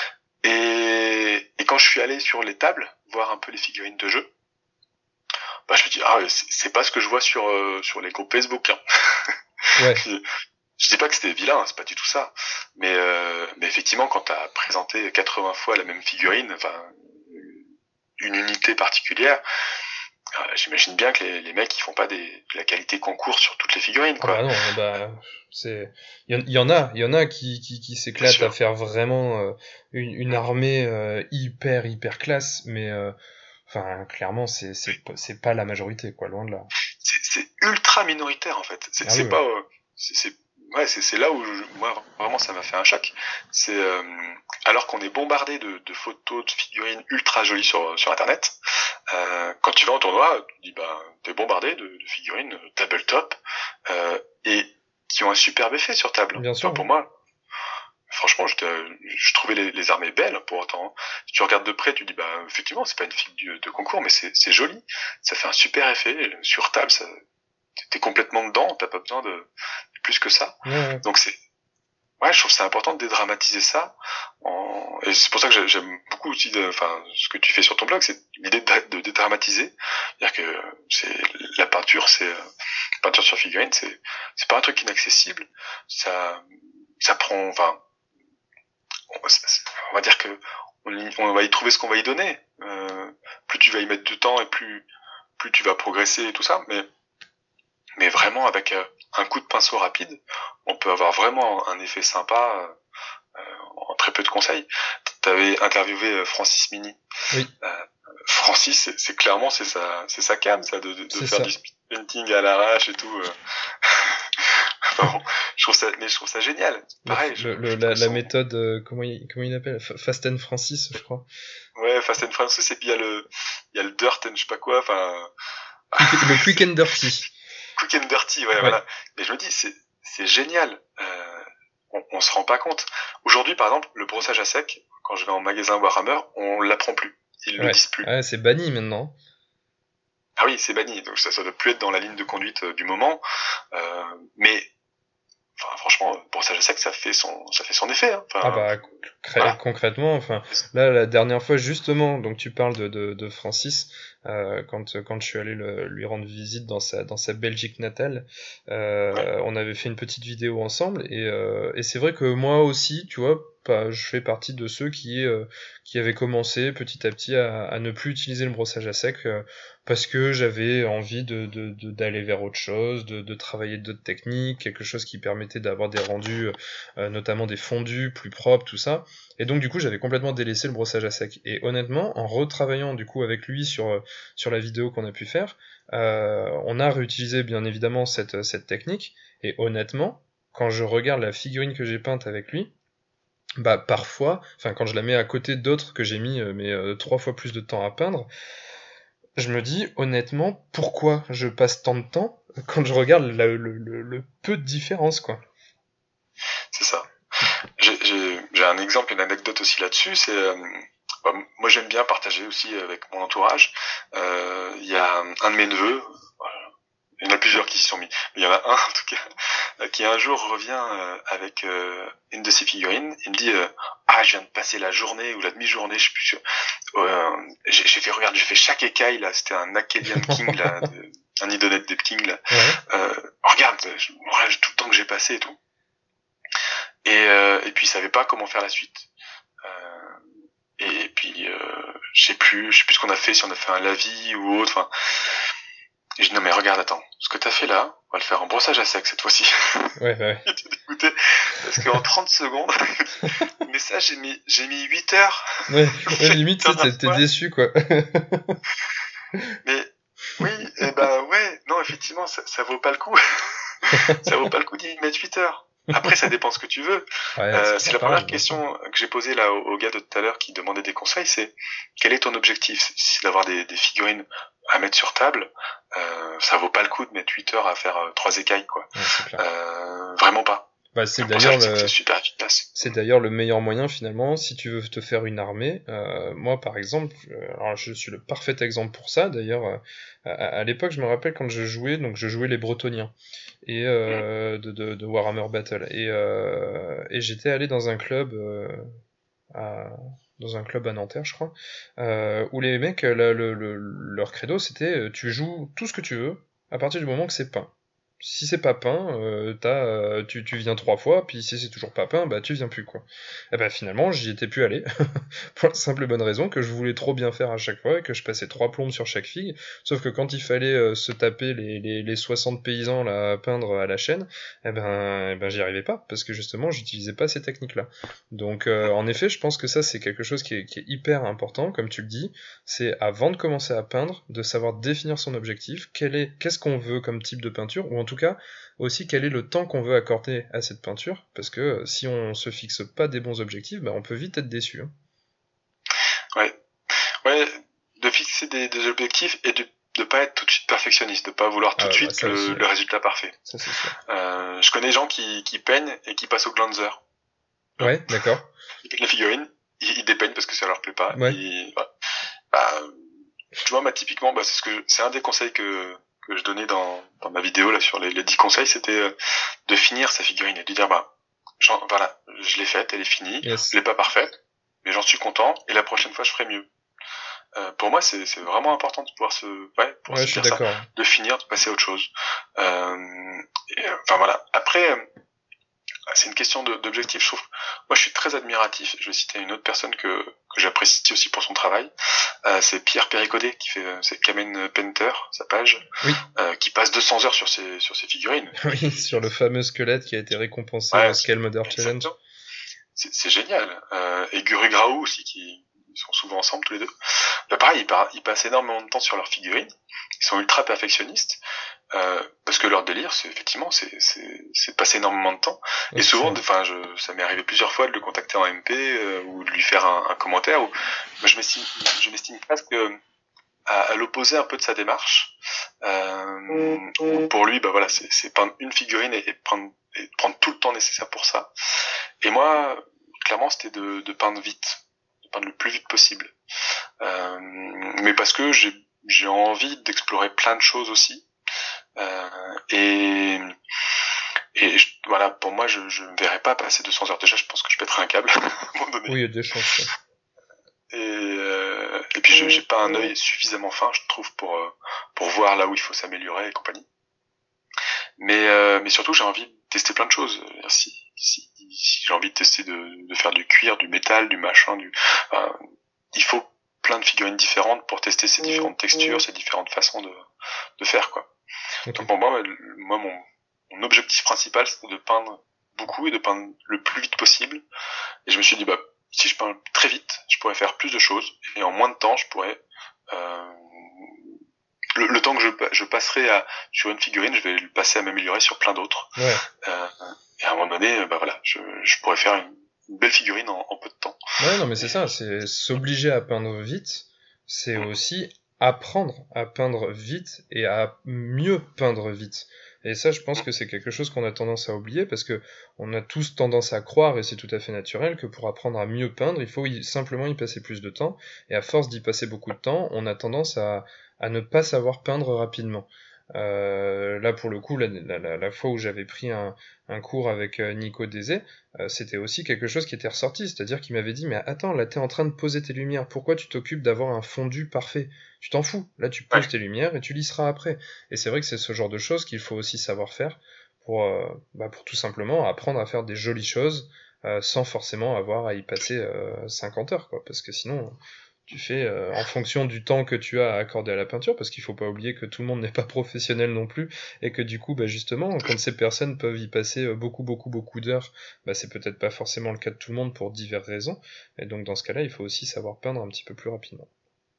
Et, et quand je suis allé sur les tables voir un peu les figurines de jeu, bah je me dis ah c'est, c'est pas ce que je vois sur euh, sur les groupes Facebook. Hein. Ouais. Je dis pas que c'était vilain, c'est pas du tout ça. Mais, euh, mais effectivement, quand t'as présenté quatre-vingts fois la même figurine, enfin, une unité particulière, euh, j'imagine bien que les, les mecs, ils font pas des, de la qualité concours sur toutes les figurines, quoi. Ah bah non, bah, c'est, il y, y en a, il y en a qui, qui, qui s'éclatent à faire vraiment euh, une, une armée euh, hyper, hyper classe, mais, euh, enfin, clairement, c'est, c'est, c'est pas la majorité, quoi, loin de là. C'est, c'est ultra minoritaire, en fait. C'est, ah c'est oui, pas, ouais. euh, c'est, c'est ouais, c'est, c'est là où je, moi vraiment ça m'a fait un choc. C'est euh, alors qu'on est bombardé de, de photos de figurines ultra jolies sur sur internet. Euh, quand tu vas en tournoi, tu dis bah t'es bombardé de, de figurines tabletop euh, et qui ont un superbe effet sur table. Bien sûr. Enfin, pour moi, franchement, je, je trouvais les, les armées belles pour autant. Si tu regardes de près, tu dis bah effectivement c'est pas une figure de concours, mais c'est, c'est joli. Ça fait un super effet sur table. Ça, t'es complètement dedans. T'as pas besoin de plus que ça. Ouais, ouais. Donc c'est ouais, je trouve que c'est important de dédramatiser ça. En... Et c'est pour ça que j'aime beaucoup aussi, de... enfin, ce que tu fais sur ton blog, c'est l'idée de, de dédramatiser. C'est-à-dire que c'est la peinture, c'est la peinture sur figurine, c'est c'est pas un truc inaccessible. Ça, ça prend, enfin, on, on va dire que on, on va y trouver ce qu'on va y donner. Euh, plus tu vas y mettre de temps et plus plus tu vas progresser et tout ça. Mais mais vraiment avec euh, un coup de pinceau rapide, on peut avoir vraiment un effet sympa euh, en très peu de conseils. T'avais interviewé euh, Francis Mini. Oui. Euh, Francis, c'est, c'est clairement c'est sa c'est sa cam, ça, de, de, de faire ça. du speed painting à l'arrache et tout. Euh. Enfin bon, je trouve ça, mais je trouve ça génial. Pareil. Le, je, le, je la, la son... méthode, euh, comment il comment il appelle, Fast and Francis, je crois. Ouais, Fast and Francis, et puis il y a le il y a le dirt and je sais pas quoi. Enfin. Le quick and dirty. Quick and dirty, ouais, ouais. Voilà. Mais je me dis, c'est c'est génial. Euh, on, on se rend pas compte. Aujourd'hui, par exemple, le brossage à sec, quand je vais en magasin Warhammer, on l'apprend plus. Ils ouais. le disent plus. Ouais, c'est banni maintenant. Ah oui, c'est banni. Donc ça, ça doit plus être dans la ligne de conduite euh, du moment. Euh, mais enfin, franchement, le brossage à sec, ça fait son, ça fait son effet. Hein. Enfin, ah bah concré- voilà. concrètement, enfin là la dernière fois justement, donc tu parles de de, de Francis. Euh, quand quand je suis allé le, lui rendre visite dans sa dans sa Belgique natale, euh, ouais. on avait fait une petite vidéo ensemble et euh, et c'est vrai que moi aussi, tu vois, pas, je fais partie de ceux qui euh, qui avaient commencé petit à petit à, à ne plus utiliser le brossage à sec euh, parce que j'avais envie de, de, de d'aller vers autre chose, de de travailler d'autres techniques, quelque chose qui permettait d'avoir des rendus, euh, notamment des fondus plus propres, tout ça. Et donc du coup j'avais complètement délaissé le brossage à sec. Et honnêtement, en retravaillant du coup avec lui sur sur la vidéo qu'on a pu faire, euh, on a réutilisé bien évidemment cette cette technique. Et honnêtement, quand je regarde la figurine que j'ai peinte avec lui, bah parfois, enfin quand je la mets à côté d'autres que j'ai mis euh, mais euh, trois fois plus de temps à peindre, je me dis honnêtement pourquoi je passe tant de temps quand je regarde la, le, le, le peu de différence quoi. C'est ça. J'ai, j'ai, j'ai un exemple, une anecdote aussi là-dessus. C'est euh, bah, moi j'aime bien partager aussi avec mon entourage. Il euh, y a un de mes neveux. Il y en a plusieurs qui s'y sont mis. Mais il y en a un, en tout cas, qui un jour revient euh, avec euh, une de ses figurines. Il me dit euh, ah, je viens de passer la journée ou la demi-journée, je sais plus. Euh, j'ai, j'ai fait, regarde, j'ai fait chaque écaille, là. C'était un Acadian King, là. De, un Idonette des King, là. Ouais. Euh, regarde, je, voilà, tout le temps que j'ai passé et tout. Et, euh, et puis, il savait pas comment faire la suite. Euh, et, et puis, euh, je sais plus, je sais plus ce qu'on a fait, si on a fait un lavis ou autre, enfin. Et je dis non mais regarde, attends, ce que t'as fait là, on va le faire en brossage à sec cette fois-ci. Ouais, ouais. J'étais dégoûté, parce qu'en trente secondes, mais ça j'ai mis, j'ai mis huit heures. Ouais, ouais limite t'es, t'es déçu quoi. Mais oui, et ben ouais, non effectivement ça, ça vaut pas le coup. Ça vaut pas le coup d'y mettre huit heures. Après ça dépend ce que tu veux. Ouais, euh, c'est c'est la pareil, première question que j'ai posée là au, au gars de tout à l'heure qui demandait des conseils, c'est quel est ton objectif? Si c'est d'avoir des, des figurines à mettre sur table, euh, ça vaut pas le coup de mettre huit heures à faire euh, trois écailles quoi. Ouais, c'est clair. Euh, vraiment pas. Bah, c'est le d'ailleurs le... c'est super efficace. C'est d'ailleurs le meilleur moyen finalement si tu veux te faire une armée. Euh, moi par exemple, alors je suis le parfait exemple pour ça. D'ailleurs, euh, à, à l'époque je me rappelle quand je jouais, donc je jouais les Bretoniens et euh, de, de, de Warhammer Battle et, euh, et j'étais allé dans un club euh, à dans un club à Nanterre, je crois, euh, où les mecs, le, le, le, leur credo, c'était tu joues tout ce que tu veux, à partir du moment que c'est peint. Si c'est pas peint, euh, t'as, euh, tu, tu viens trois fois, puis si c'est toujours pas peint, bah tu viens plus, quoi. Et bah finalement, j'y étais plus allé, pour la simple et bonne raison que je voulais trop bien faire à chaque fois, et que je passais trois plombes sur chaque figue, sauf que quand il fallait euh, se taper les, les, les soixante paysans là, à peindre à la chaîne, eh ben, eh ben j'y arrivais pas, parce que justement, j'utilisais pas ces techniques-là. Donc euh, en effet, je pense que ça, c'est quelque chose qui est, qui est hyper important, comme tu le dis, c'est avant de commencer à peindre, de savoir définir son objectif, quel est, qu'est-ce qu'on veut comme type de peinture, ou en tout cas, aussi quel est le temps qu'on veut accorder à cette peinture, parce que si on se fixe pas des bons objectifs, bah on peut vite être déçu. Hein. Ouais, ouais, de fixer des, des objectifs et de de pas être tout de suite perfectionniste, de pas vouloir tout ah, de suite bah, le, aussi, le résultat parfait. Ça c'est sûr. Euh, je connais des gens qui qui peignent et qui passent au glanzer. Ouais, d'accord. Ils peignent la figurine, ils, ils dépeignent parce que ça leur plaît pas. Ouais. Ils, bah, bah, tu vois, bah, typiquement, bah, c'est ce que je, c'est un des conseils que que je donnais dans, dans ma vidéo là sur les, les dix conseils, c'était euh, de finir sa figurine et de dire bah j'en, voilà, je l'ai faite, elle est finie. Yes. Je l'ai pas parfaite, mais j'en suis content. Et la prochaine fois, je ferai mieux. Euh, pour moi, c'est, c'est vraiment important de pouvoir se, ouais, pour Ouais, se je suis dire ça, d'accord. de finir, de passer à autre chose. Euh, et, euh, enfin voilà. Après, euh, c'est une question de, d'objectif. Je trouve, moi, je suis très admiratif. Je vais citer une autre personne que que j'apprécie aussi pour son travail. Euh, c'est Pierre Péricaudet qui fait, euh, c'est Kamen Painter, sa page, Oui. euh, qui passe deux cents heures sur ses sur ses figurines. Oui, sur le fameux squelette qui a été récompensé Ouais, au Scale Modder Challenge. exactement. C'est, c'est génial. Euh, et Guru Graou aussi, qui ils sont souvent ensemble tous les deux. Bah pareil, ils, par, ils passent énormément de temps sur leurs figurines. Ils sont ultra perfectionnistes. Euh, parce que leur délire, c'est effectivement, c'est, c'est, c'est de passer énormément de temps. Ouais, Et c'est souvent, ça. enfin, je, ça m'est arrivé plusieurs fois de le contacter en M P euh, ou de lui faire un, un commentaire. Où, moi, je m'estime, je m'estime presque à, à l'opposé un peu de sa démarche. Euh, où pour lui, bah voilà, c'est, c'est peindre une figurine et, et prendre, et prendre tout le temps nécessaire pour ça. Et moi, clairement, c'était de, de peindre vite, de peindre le plus vite possible. Euh, mais parce que j'ai, j'ai envie d'explorer plein de choses aussi. Euh, et et je, voilà, pour moi, je je ne verrais pas passer deux cents heures. Déjà, je pense que je pèterais un câble à un moment donné. Oui, il y a des chances. Ouais. Et, euh, et puis, je, j'ai pas un œil suffisamment fin, je trouve, pour euh, pour voir là où il faut s'améliorer et compagnie. Mais euh, mais surtout, j'ai envie de tester plein de choses. Si si, si j'ai envie de tester de de faire du cuir, du métal, du machin, du euh, il faut plein de figurines différentes pour tester ces différentes textures, ces différentes façons de de faire, quoi. Ok. Donc pour moi, moi mon, mon objectif principal, c'était de peindre beaucoup et de peindre le plus vite possible. Et je me suis dit, bah, si je peins très vite, je pourrais faire plus de choses. Et en moins de temps, je pourrais... Euh, le, le temps que je, je passerai à, sur une figurine, je vais le passer à m'améliorer sur plein d'autres. Ouais. Euh, et à un moment donné, bah voilà, je, je pourrais faire une, une belle figurine en, en peu de temps. Ouais, non, mais c'est ça, c'est s'obliger à peindre vite, c'est aussi apprendre à peindre vite et à mieux peindre vite. Et ça, je pense que c'est quelque chose qu'on a tendance à oublier parce que on a tous tendance à croire, et c'est tout à fait naturel, que pour apprendre à mieux peindre, il faut y, simplement y passer plus de temps. Et à force d'y passer beaucoup de temps, on a tendance à, à ne pas savoir peindre rapidement. Euh, là, pour le coup, la, la, la fois où j'avais pris un, un cours avec euh, Nico Dézé, euh, c'était aussi quelque chose qui était ressorti, c'est-à-dire qu'il m'avait dit, mais attends, là t'es en train de poser tes lumières, pourquoi tu t'occupes d'avoir un fondu parfait? Tu t'en fous, là tu poses Ouais. tes lumières et tu lisseras après. Et c'est vrai que c'est ce genre de choses qu'il faut aussi savoir faire pour, euh, bah, pour tout simplement apprendre à faire des jolies choses euh, sans forcément avoir à y passer euh, cinquante heures, quoi, parce que sinon... Tu fais euh, en fonction du temps que tu as à accorder à la peinture, parce qu'il faut pas oublier que tout le monde n'est pas professionnel non plus, et que du coup, bah justement, quand ces personnes peuvent y passer euh, beaucoup, beaucoup, beaucoup d'heures, bah c'est peut-être pas forcément le cas de tout le monde pour diverses raisons, et donc dans ce cas-là, il faut aussi savoir peindre un petit peu plus rapidement.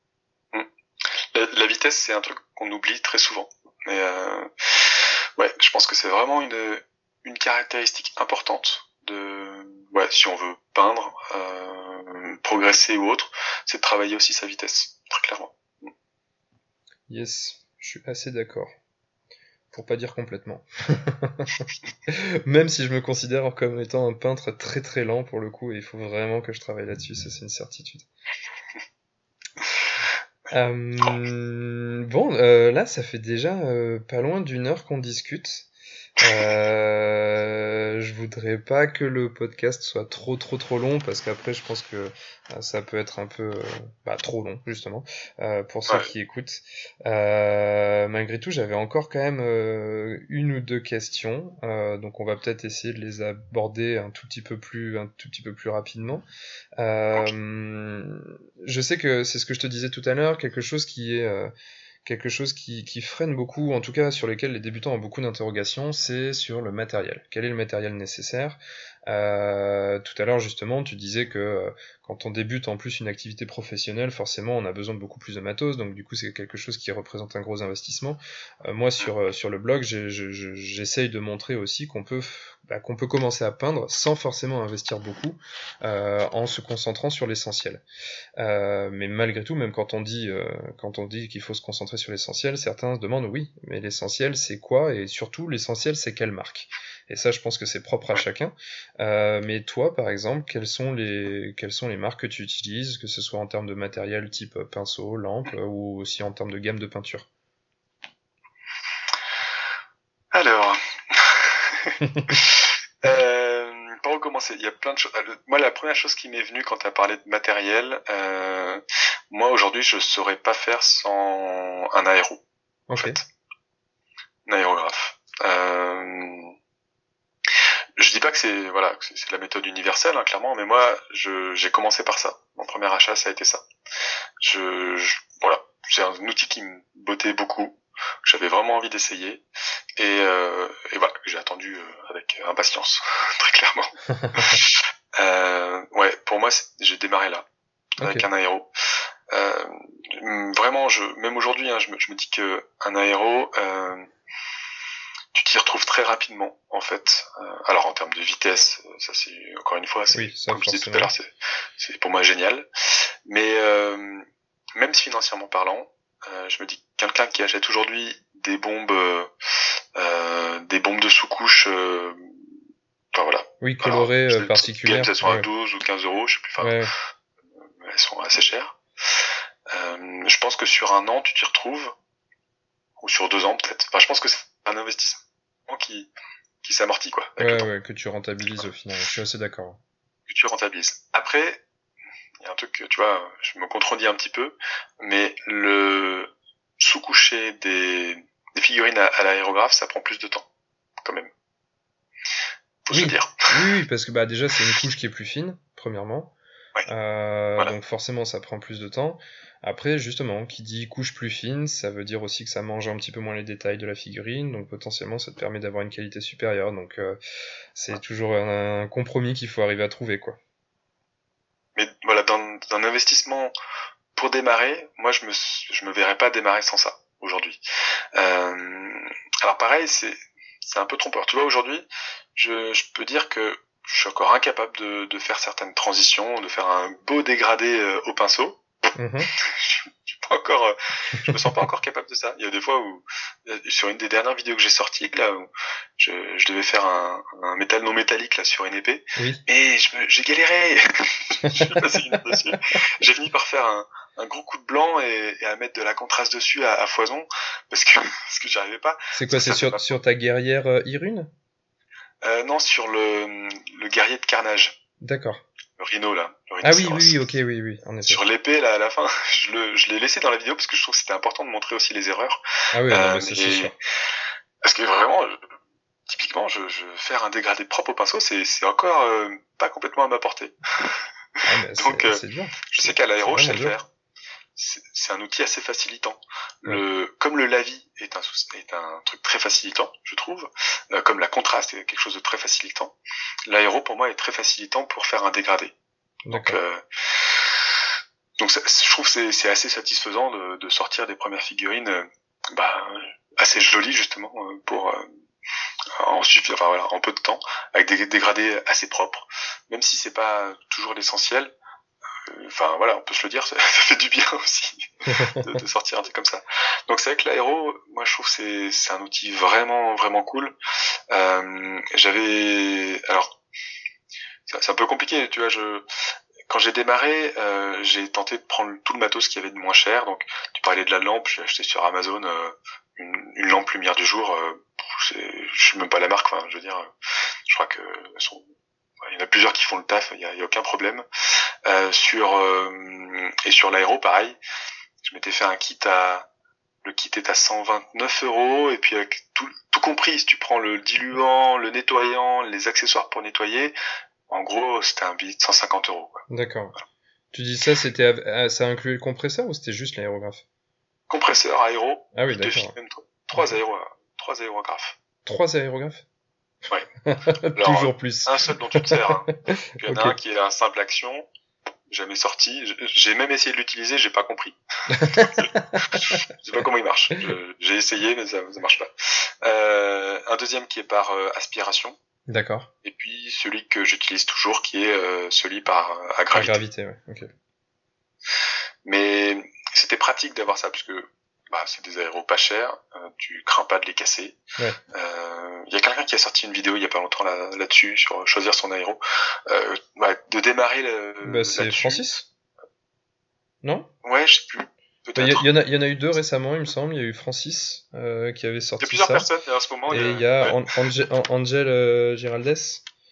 La, la vitesse, c'est un truc qu'on oublie très souvent. Mais euh, ouais, je pense que c'est vraiment une, une caractéristique importante de, ouais, si on veut peindre, euh, progresser ou autre, c'est de travailler aussi sa vitesse, très clairement. Yes, je suis assez d'accord. Pour pas dire complètement. Même si je me considère comme étant un peintre très très lent pour le coup, et il faut vraiment que je travaille là-dessus, ça c'est une certitude. Euh, bon, euh, là, ça fait déjà euh, pas loin d'une heure qu'on discute. Euh, je voudrais pas que le podcast soit trop trop trop long parce qu'après je pense que euh, ça peut être un peu euh, bah, trop long justement euh, pour ceux Ouais. qui écoutent. Euh, malgré tout, j'avais encore quand même euh, une ou deux questions, euh, donc on va peut-être essayer de les aborder un tout petit peu plus un tout petit peu plus rapidement. Euh, je sais que c'est ce que je te disais tout à l'heure, quelque chose qui est euh, quelque chose qui, qui freine beaucoup, en tout cas sur lesquels les débutants ont beaucoup d'interrogations, c'est sur le matériel. Quel est le matériel nécessaire ? Euh, tout à l'heure justement, tu disais que euh, quand on débute en plus une activité professionnelle, forcément on a besoin de beaucoup plus de matos, donc du coup c'est quelque chose qui représente un gros investissement. Euh, moi sur, euh, sur le blog, j'ai, je, je, j'essaye de montrer aussi qu'on peut, bah, qu'on peut commencer à peindre sans forcément investir beaucoup, euh, en se concentrant sur l'essentiel. Euh, mais malgré tout, même quand on dit, euh, quand on dit qu'il faut se concentrer sur l'essentiel, certains se demandent oui, mais l'essentiel c'est quoi ? Et surtout, l'essentiel c'est quelle marque ? Et ça, je pense que c'est propre à chacun. Euh, mais toi, par exemple, quelles sont les, quelles sont les marques que tu utilises, que ce soit en termes de matériel type pinceau, lampe, ou aussi en termes de gamme de peinture ? Alors, euh, pour recommencer. Il y a plein de choses. Moi, la première chose qui m'est venue quand tu as parlé de matériel, euh, moi aujourd'hui, je saurais pas faire sans un aéro. Ok. En fait. Un aérographe. Euh... Je dis pas que c'est voilà, que c'est la méthode universelle, hein, clairement, mais moi, je, j'ai commencé par ça. Mon premier achat, ça a été ça. Je, je voilà, c'est un outil qui me bottait beaucoup. J'avais vraiment envie d'essayer, et, euh, et voilà, j'ai attendu euh, avec impatience, très clairement. euh, ouais, pour moi, c'est, j'ai démarré là, avec Ok. un aéro. Euh, vraiment, je, même aujourd'hui, hein, je, me, je me dis que un aéro, euh, tu t'y retrouves très rapidement, en fait. Euh, alors en termes de vitesse, ça c'est encore une fois, c'est Oui, ça comme je disais tout à forcément. l'heure, c'est, c'est pour moi génial. Mais euh, même si financièrement parlant, euh, je me dis que quelqu'un qui achète aujourd'hui des bombes, euh, des bombes de sous-couche, euh, enfin voilà. Oui, Alors, colorées, je- euh, particulières. Games, elles sont à Ouais. douze ou quinze euros, je sais plus. Enfin, Ouais. elles sont assez chères. Euh, je pense que sur un an, tu t'y retrouves, ou sur deux ans peut-être. Enfin, je pense que c'est un investissement qui qui s'amortit quoi avec le Ouais, temps, ouais, que tu rentabilises au final. Je suis assez d'accord. que tu rentabilises. Après, il y a un truc que tu vois, je me contredis un petit peu, mais le sous-coucher des des figurines à, à l'aérographe, ça prend plus de temps quand même. Faut se Oui, le dire. oui, oui, parce que bah déjà c'est une couche qui est plus fine, premièrement. Ouais. Euh, Voilà. Donc forcément ça prend plus de temps. Après justement, qui dit couche plus fine, ça veut dire aussi que ça mange un petit peu moins les détails de la figurine, donc potentiellement ça te permet d'avoir une qualité supérieure. Donc euh, c'est toujours un compromis qu'il faut arriver à trouver, quoi. Mais voilà, dans, dans un investissement pour démarrer, moi je me je me verrais pas démarrer sans ça aujourd'hui. Euh, alors pareil, c'est c'est un peu trompeur. Tu vois, aujourd'hui, je je peux dire que je suis encore incapable de de faire certaines transitions, de faire un beau dégradé euh, au pinceau. Mhm. je suis pas encore, euh, je me sens pas encore capable de ça. Il y a des fois où, euh, sur une des dernières vidéos que j'ai sorties, là, où je, je devais faire un, un métal non métallique là sur une épée, Oui. et je me, j'ai galéré. J'ai passé une heure dessus. J'ai fini par faire un, un gros coup de blanc et, et à mettre de la contraste dessus à, à foison parce que parce que j'arrivais pas. C'est quoi, Parce que c'est ça fait sur, pas- sur ta guerrière euh, Irune? Euh, non, sur le le guerrier de carnage, D'accord. le rhino là, le Ah oui, rhinocéros. oui, oui, ok, oui, oui, en effet. Sur l'épée là à la fin, je le je l'ai laissé dans la vidéo parce que je trouve que c'était important de montrer aussi les erreurs. Ah oui, non, Euh, mais ça, c'est et- sûr. Parce que vraiment, je- typiquement, je, je faire un dégradé propre au pinceau, c'est c'est encore euh, pas complètement à ma portée. Ah, mais Donc, c'est euh, c'est dur. Je sais qu'à l'aéro, C'est je sais le vraiment dur. faire. C'est c'est un outil assez facilitant. Le, comme le lavis est un, sou- est un truc très facilitant, je trouve, euh, comme la contraste est quelque chose de très facilitant, l'aéro pour moi est très facilitant pour faire un dégradé. Donc, D'accord. euh, donc ça- je trouve que c'est c'est assez satisfaisant de, de sortir des premières figurines euh, bah, assez jolies justement euh, pour euh, en, suffi- enfin, voilà, en peu de temps, avec des dégradés assez propres, même si c'est pas toujours l'essentiel. Enfin voilà, on peut se le dire, ça, ça fait du bien aussi de, de sortir un truc comme ça. Donc c'est vrai que l'aéro, moi je trouve que c'est c'est un outil vraiment vraiment cool. Euh, j'avais alors c'est c'est un peu compliqué, tu vois, je quand j'ai démarré, euh, j'ai tenté de prendre tout le matos qu'il y avait de moins cher. Donc tu parlais de la lampe, j'ai acheté sur Amazon euh, une, une lampe lumière du jour. Euh, c'est, je sais même pas la marque. Enfin, je veux dire, je crois que elles sont il y en a plusieurs qui font le taf, il y a, il y a aucun problème. Euh, sur euh, et sur l'aéro, pareil. Je m'étais fait un kit à le kit est à cent vingt-neuf euros et puis avec tout tout compris, si tu prends le diluant, le nettoyant, les accessoires pour nettoyer, en gros c'était un billet de cent cinquante euros. Quoi. D'accord. Tu dis ça, c'était av- ah, ça incluait le compresseur ou c'était juste l'aérographe? Compresseur aéro, Ah oui, il te file d'accord. même trois, trois Ok. aéro trois aérographes. Trois aérographes? Ouais. Toujours Alors, plus. un seul dont tu te sers. Hein. Il y en a Ok. un qui est un simple action, jamais sorti. J'ai même essayé de l'utiliser, j'ai pas compris. Je sais pas comment il marche. Je- J'ai essayé, mais ça, ça marche pas. Euh, un deuxième qui est par euh, aspiration, D'accord. et puis celui que j'utilise toujours, qui est euh, celui par euh, à La gravité. gravité, ouais. Ok. Mais c'était pratique d'avoir ça, parce que bah, c'est des aéros pas chers, euh, tu crains pas de les casser. Ouais. Euh, il y a quelqu'un qui a sorti une vidéo il y a pas longtemps là, là-dessus, sur choisir son aéro. Euh, bah, de démarrer le, Bah, c'est là-dessus. Francis? Non? Ouais, je sais plus. Bah, Il Peut-être. y, y en a, il y en a eu deux récemment, il me semble. Il y a eu Francis euh, qui avait Il y a sorti plusieurs ça. personnes, et en ce moment, Et il y a... il y a ouais. An- Angel, An- Angel euh, Giraldes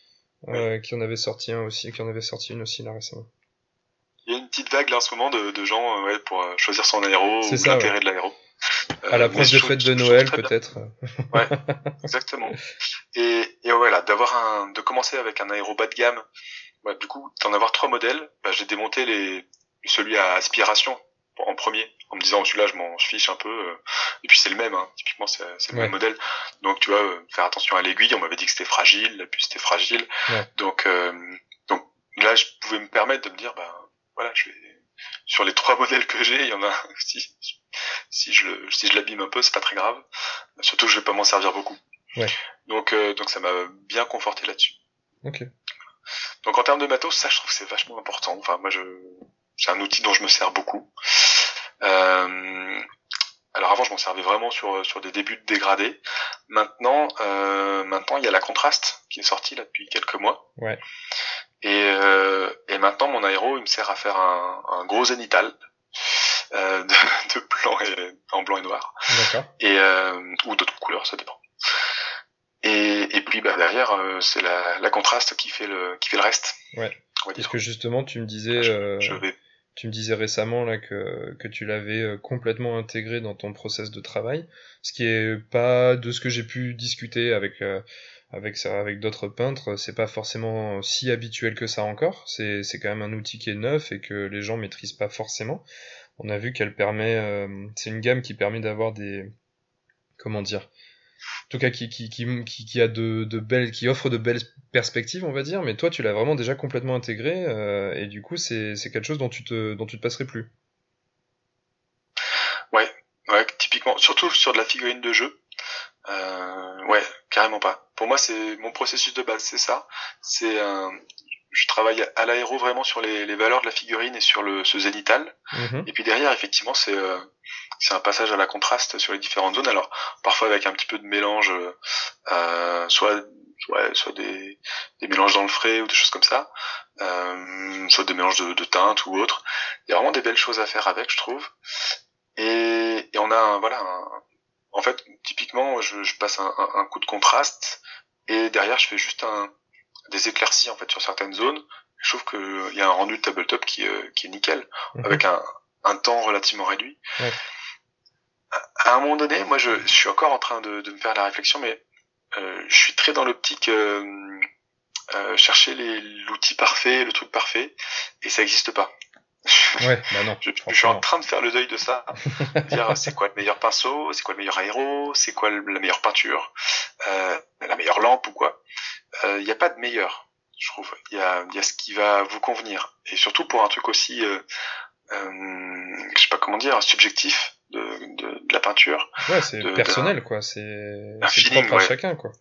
euh, qui en avait sorti un aussi, qui en avait sorti une aussi là récemment. Il y a une petite vague là en ce moment de, de gens euh, ouais, pour euh, choisir son aéro C'est ou ça, l'intérêt ouais. de l'aéro. Euh, À l'approche des fêtes de Noël peut-être. Ouais, exactement. Et, et voilà, d'avoir un, de commencer avec un aéro bas de gamme, bah, du coup, d'en avoir trois modèles, bah, j'ai démonté les, celui à aspiration en premier, en me disant celui-là je m'en fiche un peu, euh, et puis c'est le même, hein, typiquement c'est, c'est le Ouais. même modèle. Donc tu vois, euh, faire attention à l'aiguille, on m'avait dit que c'était fragile, la puce c'était fragile. Ouais. Donc, euh, donc là je pouvais me permettre de me dire, bah voilà, je vais sur les trois modèles que j'ai, il y en a si si je le, si je l'abîme un peu, c'est pas très grave. Surtout que je vais pas m'en servir beaucoup. Ouais. Donc euh, donc ça m'a bien conforté là-dessus. Ok. Donc en termes de matos, ça je trouve que c'est vachement important. Enfin moi je c'est un outil dont je me sers beaucoup. Euh, alors avant je m'en servais vraiment sur sur des débuts de dégradé. Maintenant euh, maintenant il y a la contraste qui est sortie là depuis quelques mois. Ouais. Et euh, et maintenant mon aéro il me sert à faire un, un gros zénithal. Euh, de, de blanc et en blanc et noir. D'accord. Et euh, ou d'autres couleurs, ça dépend. Et et puis bah derrière euh, c'est la la contraste qui fait le qui fait le reste. Ouais. On va dire. Parce que justement tu me disais je, euh, je vais... tu me disais récemment là que que tu l'avais complètement intégré dans ton process de travail, ce qui est pas de ce que j'ai pu discuter avec euh, avec ça avec d'autres peintres, c'est pas forcément si habituel que ça encore. C'est c'est quand même un outil qui est neuf et que les gens maîtrisent pas forcément. On a vu qu'elle permet, euh, c'est une gamme qui permet d'avoir des, comment dire, en tout cas qui qui qui qui, qui a de, de belles, qui offre de belles perspectives, on va dire. Mais toi, tu l'as vraiment déjà complètement intégré euh, et du coup, c'est c'est quelque chose dont tu te dont tu te passerais plus. Ouais, ouais, typiquement, surtout sur de la figurine de jeu. Euh, ouais, carrément pas. Pour moi, c'est mon processus de base, c'est ça. C'est un je travaille à l'aéro vraiment sur les, les valeurs de la figurine et sur le ce zénithal. Mmh. Et puis derrière, effectivement, c'est euh, c'est un passage à la contraste sur les différentes zones. Alors parfois avec un petit peu de mélange, euh, soit ouais, soit des, des mélanges dans le frais ou des choses comme ça, euh, soit des mélanges de, de teintes ou autres. Il y a vraiment des belles choses à faire avec, je trouve. Et, et on a un, voilà, un, en fait, typiquement, je, je passe un, un, un coup de contraste et derrière, je fais juste un des éclaircies en fait sur certaines zones. Je trouve que il y a un rendu de tabletop qui euh, qui est nickel, mmh. avec un un temps relativement réduit. Ouais. À, à un moment donné, moi, je, je suis encore en train de, de me faire la réflexion, mais euh, je suis très dans l'optique euh, euh, chercher les, l'outil parfait, le truc parfait, et ça n'existe pas. Ouais, bah non. je, je suis en train de faire le deuil de ça, dire c'est quoi le meilleur pinceau, c'est quoi le meilleur aéro, c'est quoi le, la meilleure peinture, euh, la meilleure lampe ou quoi. Il euh, n'y a pas de meilleur, je trouve. Il y a, y a ce qui va vous convenir, et surtout pour un truc aussi, euh, euh, je sais pas comment dire, subjectif de, de, de la peinture. Ouais, c'est de, personnel, quoi. C'est, c'est feeling, propre à ouais. chacun, quoi.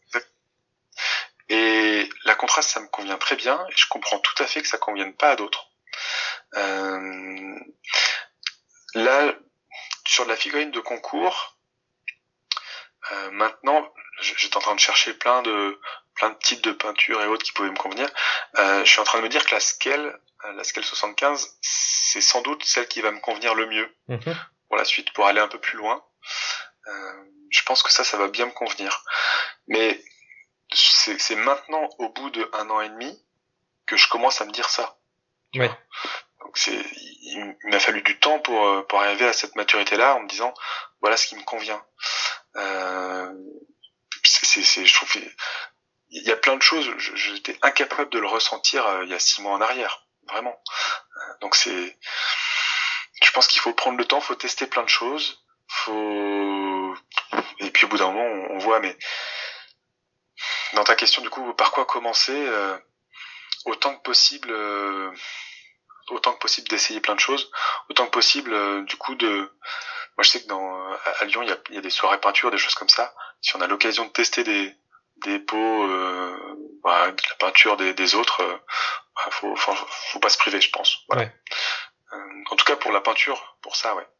Et la contraste, ça me convient très bien, et je comprends tout à fait que ça convienne pas à d'autres. Euh, là, sur de la figurine de concours, euh, maintenant, j'étais en train de chercher plein de plein de types de peintures et autres qui pouvaient me convenir. Euh, je suis en train de me dire que la scale, la scale soixante-quinze, c'est sans doute celle qui va me convenir le mieux mmh. pour la suite, pour aller un peu plus loin. Euh, je pense que ça, ça va bien me convenir. Mais c'est, c'est maintenant, au bout de un an et demi, que je commence à me dire ça. Ouais. Donc c'est, il, il m'a fallu du temps pour pour arriver à cette maturité-là, en me disant voilà ce qui me convient. Euh, c'est, c'est, c'est, je trouve, il y a plein de choses, je, j'étais incapable de le ressentir euh, il y a six mois en arrière, vraiment. Euh, donc c'est, je pense qu'il faut prendre le temps, faut tester plein de choses, faut, et puis au bout d'un moment on, on voit. Mais dans ta question du coup, par quoi commencer, euh, autant que possible. Euh, autant que possible d'essayer plein de choses, autant que possible euh, du coup de moi je sais que dans à Lyon il y a, il y a des soirées peinture, des choses comme ça. Si on a l'occasion de tester des des pots euh, bah, de la peinture des, des autres, euh, bah, faut, faut faut pas se priver, je pense. Voilà. Ouais. Euh, en tout cas pour la peinture, pour ça ouais.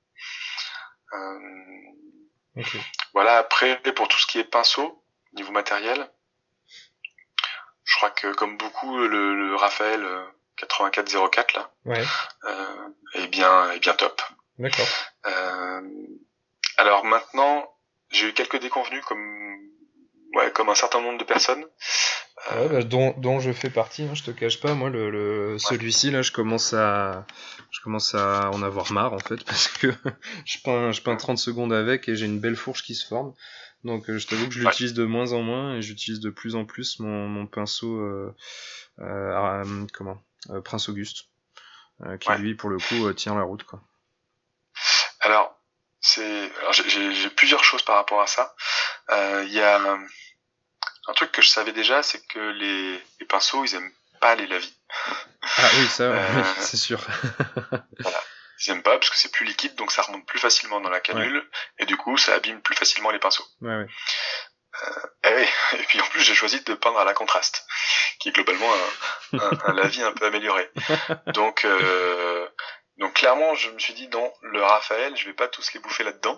Euh, okay. Voilà, après pour tout ce qui est pinceau niveau matériel, je crois que comme beaucoup le, le Raphaël euh, quatre-vingt-quatre zéro quatre là, ouais. euh, est bien est bien top. D'accord. Euh, alors maintenant, j'ai eu quelques déconvenues comme ouais comme un certain nombre de personnes. Euh... Ouais, bah, dont, dont je fais partie, hein, je te cache pas, moi le, le ouais. celui-ci là, je commence à je commence à en avoir marre en fait parce que je peins je peins trente secondes avec et j'ai une belle fourche qui se forme. Donc euh, je t'avoue que je l'utilise ouais. de moins en moins et j'utilise de plus en plus mon, mon pinceau euh, euh, euh, comment euh, Prince Auguste euh, qui ouais. lui pour le coup euh, tient la route quoi. Alors c'est alors j'ai, j'ai plusieurs choses par rapport à ça. Il euh, y a un truc que je savais déjà, c'est que les, les pinceaux, ils aiment pas les lavis. Ah oui, ça, euh, oui, c'est sûr. Voilà. Ils aiment pas parce que c'est plus liquide, donc ça remonte plus facilement dans la canule, ouais. et du coup, ça abîme plus facilement les pinceaux. Ouais, ouais. Euh, et, et puis en plus, j'ai choisi de peindre à la contraste, qui est globalement un, un, un lavis un peu amélioré. Donc, euh, donc clairement, je me suis dit non, le Raphaël, je vais pas tous les bouffer là-dedans.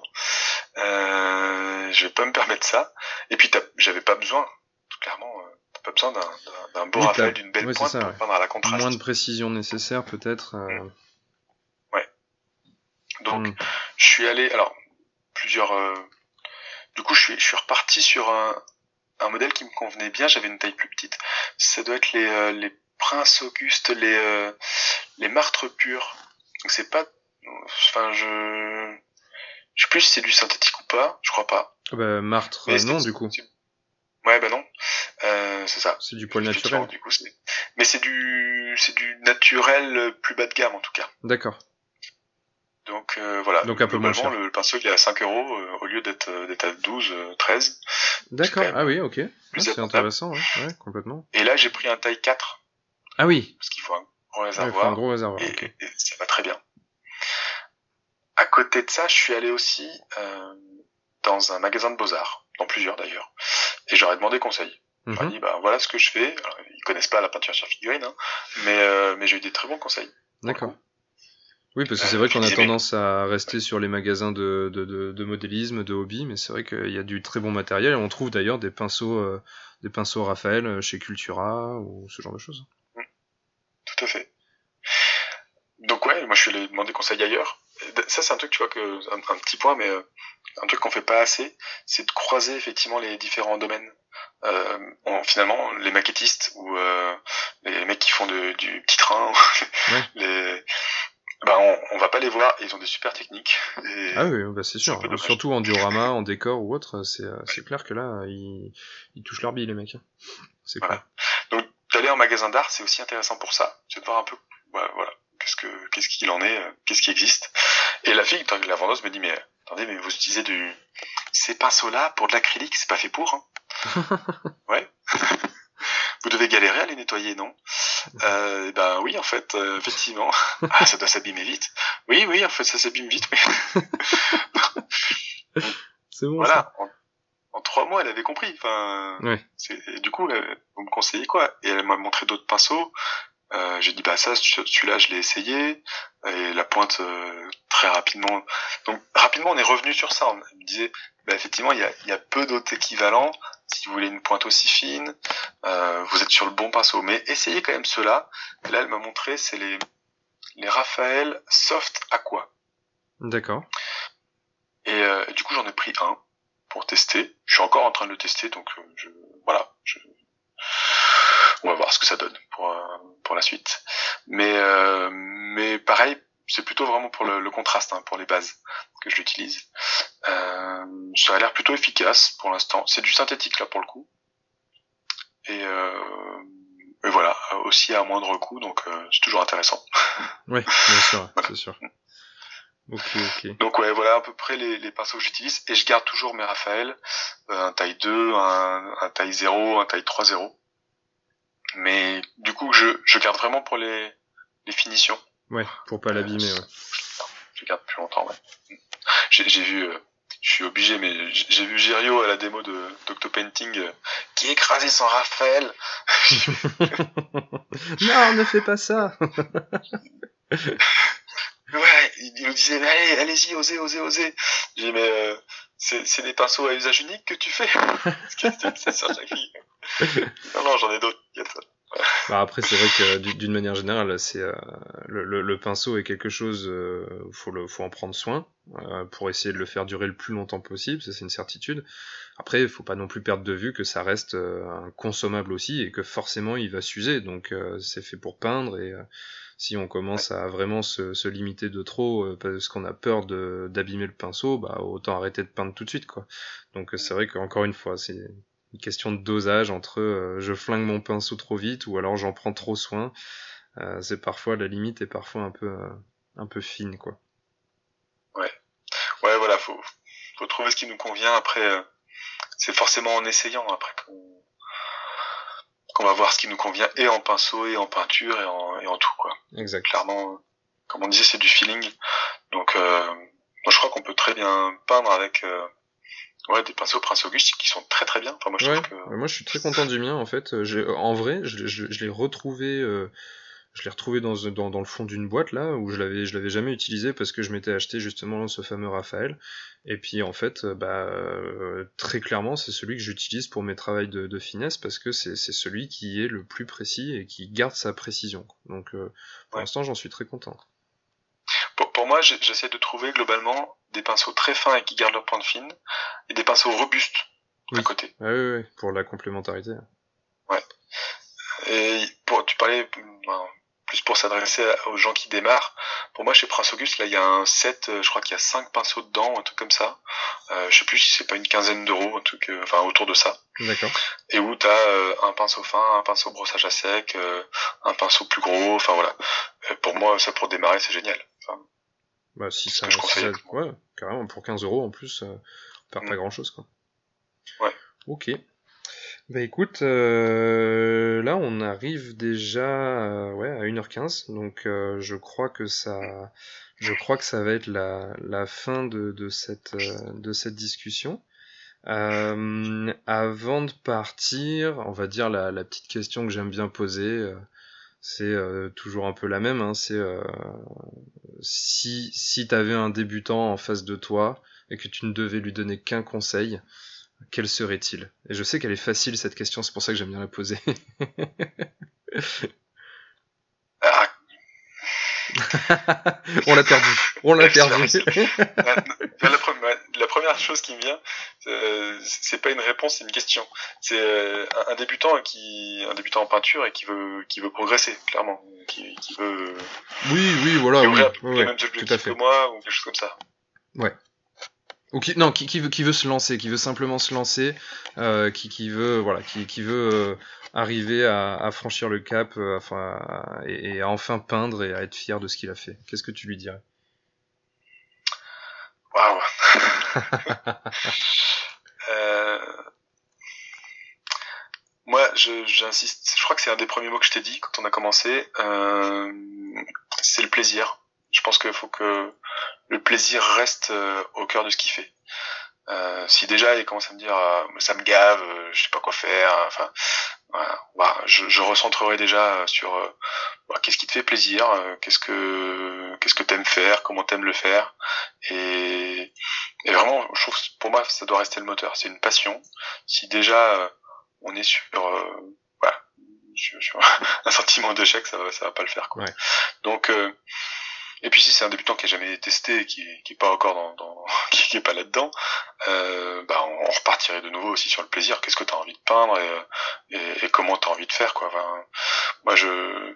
Euh, je vais pas me permettre ça. Et puis, j'avais pas besoin. Clairement, euh, t'as pas besoin d'un, d'un, d'un beau oui, Raphaël, d'une belle ouais, pointe ça, pour ouais. peindre à la contraste. Moins de précision nécessaire, peut-être. Euh... Mmh. Ouais. Donc, mmh. je suis allé, alors, plusieurs. Euh... Du coup, je suis, je suis reparti sur un, un modèle qui me convenait bien. J'avais une taille plus petite. Ça doit être les, euh, les Prince Auguste, les, euh, les martres purs. Donc, c'est pas. Enfin, je. Je sais plus si c'est du synthétique ou pas. Je crois pas. Bah, martre, euh, non, du coup. Ouais, bah non. Euh, c'est ça. C'est du poil naturel. Du coup, c'est... Mais c'est du, c'est du naturel plus bas de gamme, en tout cas. D'accord. Donc, euh, voilà. Donc, un peu moins cher. Le, le pinceau, il est à cinq euros, euh, au lieu d'être, d'être à douze, treize. D'accord. Ah oui, ok. Ah, c'est intéressant, ouais. ouais, complètement. Et là, j'ai pris un taille quatre. Ah oui. Parce qu'il faut un gros réservoir. Ouais, il faut un gros réservoir. Et, okay. et ça va très bien. À côté de ça, je suis allé aussi, euh, dans un magasin de Beaux-Arts. Dans plusieurs d'ailleurs. Et j'aurais demandé conseil. Mm-hmm. J'aurais dit, bah voilà ce que je fais. Alors, ils connaissent pas la peinture sur figurine, hein, mais, euh, mais j'ai eu des très bons conseils. D'accord. Oui, parce que c'est euh, vrai qu'on a tendance mais... à rester sur les magasins de, de, de, de modélisme, de hobby, mais c'est vrai qu'il y a du très bon matériel. Et on trouve d'ailleurs des pinceaux, euh, des pinceaux Raphaël chez Cultura ou ce genre de choses. Mm. Tout à fait. Donc ouais, moi je suis allé demander conseil ailleurs. Ça c'est un truc, tu vois, que un, un petit point, mais euh, un truc qu'on fait pas assez, c'est de croiser effectivement les différents domaines. Euh, on, finalement, les maquettistes ou euh, les mecs qui font de, du petit train, ouais. les, bah on, on va pas les voir. Ils ont des super techniques. Et ah oui, bah c'est sûr. C'est surtout en diorama, en décor ou autre, c'est ouais. c'est clair que là ils, ils touchent leur bille les mecs. C'est voilà. Cool. Donc d'aller en magasin d'art, c'est aussi intéressant pour ça. C'est de voir un peu, voilà. voilà. Qu'est-ce que, qu'est-ce qu'il en est, qu'est-ce qui existe. Et la fille, la vendeuse me dit, mais attendez, mais vous utilisez du, ces pinceaux-là pour de l'acrylique, c'est pas fait pour, hein. Ouais. Vous devez galérer à les nettoyer, non? Euh, ben oui, en fait, euh, effectivement. Ah, ça doit s'abîmer vite. Oui, oui, en fait, ça s'abîme vite, oui. C'est bon, voilà. ça. En, en trois mois, elle avait compris. Enfin, ouais. c'est, du coup, euh, vous me conseillez quoi? Et elle m'a montré d'autres pinceaux. Euh, j'ai dit bah ça, celui-là je l'ai essayé et la pointe euh, très rapidement. Donc rapidement on est revenu sur ça. On me disait bah effectivement il y a, il y a peu d'autres équivalents. Si vous voulez une pointe aussi fine, euh, vous êtes sur le bon pinceau. Mais essayez quand même ceux-là. Et là elle m'a montré c'est les les Raphaël Soft Aqua. D'accord. Et euh, du coup j'en ai pris un pour tester. Je suis encore en train de le tester donc euh, je voilà. Je, on va voir ce que ça donne pour euh, pour la suite. Mais euh, mais pareil, c'est plutôt vraiment pour le, le contraste, hein, pour les bases que je l'utilise. Euh, ça a l'air plutôt efficace pour l'instant. C'est du synthétique là pour le coup. Et, euh, et voilà, aussi à moindre coût, donc euh, c'est toujours intéressant. Oui, bien sûr, voilà. C'est sûr. Ok, ok. Donc ouais, voilà à peu près les, les pinceaux que j'utilise. Et je garde toujours mes Raphaël, euh, un taille deux, un, un taille zéro, un taille trois zéro. Mais du coup, je, je garde vraiment pour les, les finitions. Ouais, pour pas l'abîmer, ouais. Je garde plus longtemps, ouais. J'ai, j'ai vu, euh, je suis obligé, mais j'ai vu Girio à la démo de d'Octopainting euh, qui écrasait son Raphaël. Non, ne fais pas ça. Ouais, il nous disait, mais allez, allez-y, osez, osez, osez. J'ai dit, mais euh, c'est, c'est des pinceaux à usage unique que tu fais. C'est ça, chaque fille. Non, non, j'en ai d'autres. Bah après, c'est vrai que d'une manière générale, c'est euh, le, le, le pinceau est quelque chose, euh, faut le, faut en prendre soin euh, pour essayer de le faire durer le plus longtemps possible. Ça, c'est une certitude. Après, il faut pas non plus perdre de vue que ça reste euh, un consommable aussi et que forcément, il va s'user. Donc, euh, c'est fait pour peindre et euh, si on commence à vraiment se, se limiter de trop euh, parce qu'on a peur de d'abîmer le pinceau, bah autant arrêter de peindre tout de suite, quoi. Donc, euh, c'est vrai qu'encore une fois, c'est une question de dosage entre euh, je flingue mon pinceau trop vite ou alors j'en prends trop soin. Euh, c'est parfois la limite est parfois un peu euh, un peu fine, quoi. Ouais, ouais, voilà, faut faut trouver ce qui nous convient. Après, euh, c'est forcément en essayant après qu'on qu'on va voir ce qui nous convient et en pinceau et en peinture et en et en tout, quoi. Exact. Clairement, comme on disait, c'est du feeling. Donc, euh, moi, je crois qu'on peut très bien peindre avec euh, ouais des pinceaux Prince Auguste qui sont très très bien. Enfin, moi, je Ouais, trouve que moi je suis très content du mien en fait. J'ai, en vrai, je, je, je l'ai retrouvé, euh, je l'ai retrouvé dans, dans, dans le fond d'une boîte là où je l'avais, je l'avais jamais utilisé parce que je m'étais acheté justement ce fameux Raphaël. Et puis en fait, euh, bah euh, très clairement, c'est celui que j'utilise pour mes travails de, de finesse parce que c'est, c'est celui qui est le plus précis et qui garde sa précision. Donc euh, pour ouais. l'instant, j'en suis très content. Pour, pour moi, j'ai- j'essaie de trouver globalement des pinceaux très fins et qui gardent leur pointe fine et des pinceaux robustes Oui. à côté. Ouais, ouais, ouais, pour la complémentarité. Ouais. Et pour, tu parlais ben, plus pour s'adresser à- aux gens qui démarrent. Pour moi, chez Prince Auguste, là, il y a un set, euh, je crois qu'il y a cinq pinceaux dedans, un truc comme ça. Euh, je sais plus si c'est pas une quinzaine d'euros, un truc, euh, enfin autour de ça. D'accord. Et où t'as euh, un pinceau fin, un pinceau brossage à sec, euh, un pinceau plus gros. Enfin voilà. Euh, pour moi, ça pour démarrer, c'est génial. Enfin, Bah si ce ça, que je si ça, conseille. ouais, carrément pour quinze euros en plus, euh, on perd Mm. pas grand chose, quoi. Ouais. Ok. Bah écoute, euh, là on arrive déjà euh, ouais, à une heure quinze, donc euh, je crois que ça je crois que ça va être la, la fin de, de cette euh, de cette discussion. Euh, avant de partir, on va dire la, la petite question que j'aime bien poser, euh, c'est euh, toujours un peu la même, hein, c'est euh, si si t'avais un débutant en face de toi et que tu ne devais lui donner qu'un conseil, quel serait-il? Et je sais qu'elle est facile cette question, c'est pour ça que j'aime bien la poser. Ah, On l'a perdu, on l'a perdu. la, la, première, la première chose qui me vient, euh, c'est pas une réponse, c'est une question. C'est euh, un, un débutant qui, un débutant en peinture et qui veut, qui veut progresser, clairement, qui, qui veut. Oui, oui, voilà, qui oui, aurait ouais, les ouais, mêmes tout à objectifs fait. que moi ou quelque chose comme ça. Ouais. Ou qui, non, qui, qui veut, qui veut se lancer, qui veut simplement se lancer, euh, qui, qui veut, voilà, qui, qui veut euh, arriver à, à franchir le cap, euh, enfin, à- et, et à enfin peindre et à être fier de ce qu'il a fait. Qu'est-ce que tu lui dirais? Waouh. euh, moi, je, j'insiste. Je crois que c'est un des premiers mots que je t'ai dit quand on a commencé. Euh, c'est le plaisir. Je pense qu'il faut que le plaisir reste euh, au cœur de ce qu'il fait. Euh, si déjà il commence à me dire euh, ça me gave, euh, je sais pas quoi faire, euh, enfin voilà, bah, je, je recentrerai déjà sur euh, bah, qu'est-ce qui te fait plaisir, euh, qu'est-ce que qu'est-ce que t'aimes faire, comment t'aimes le faire, et, et vraiment je trouve que pour moi ça doit rester le moteur, c'est une passion. Si déjà euh, on est sur euh, voilà, sur, sur un sentiment d'échec, ça va ça va pas le faire quoi. Ouais. Donc euh, et puis si c'est un débutant qui a jamais testé, qui qui est pas encore dans, dans qui, qui est pas là-dedans, euh, bah on, on repartirait de nouveau aussi sur le plaisir. Qu'est-ce que t'as envie de peindre et, et, et comment t'as envie de faire quoi. Enfin, moi je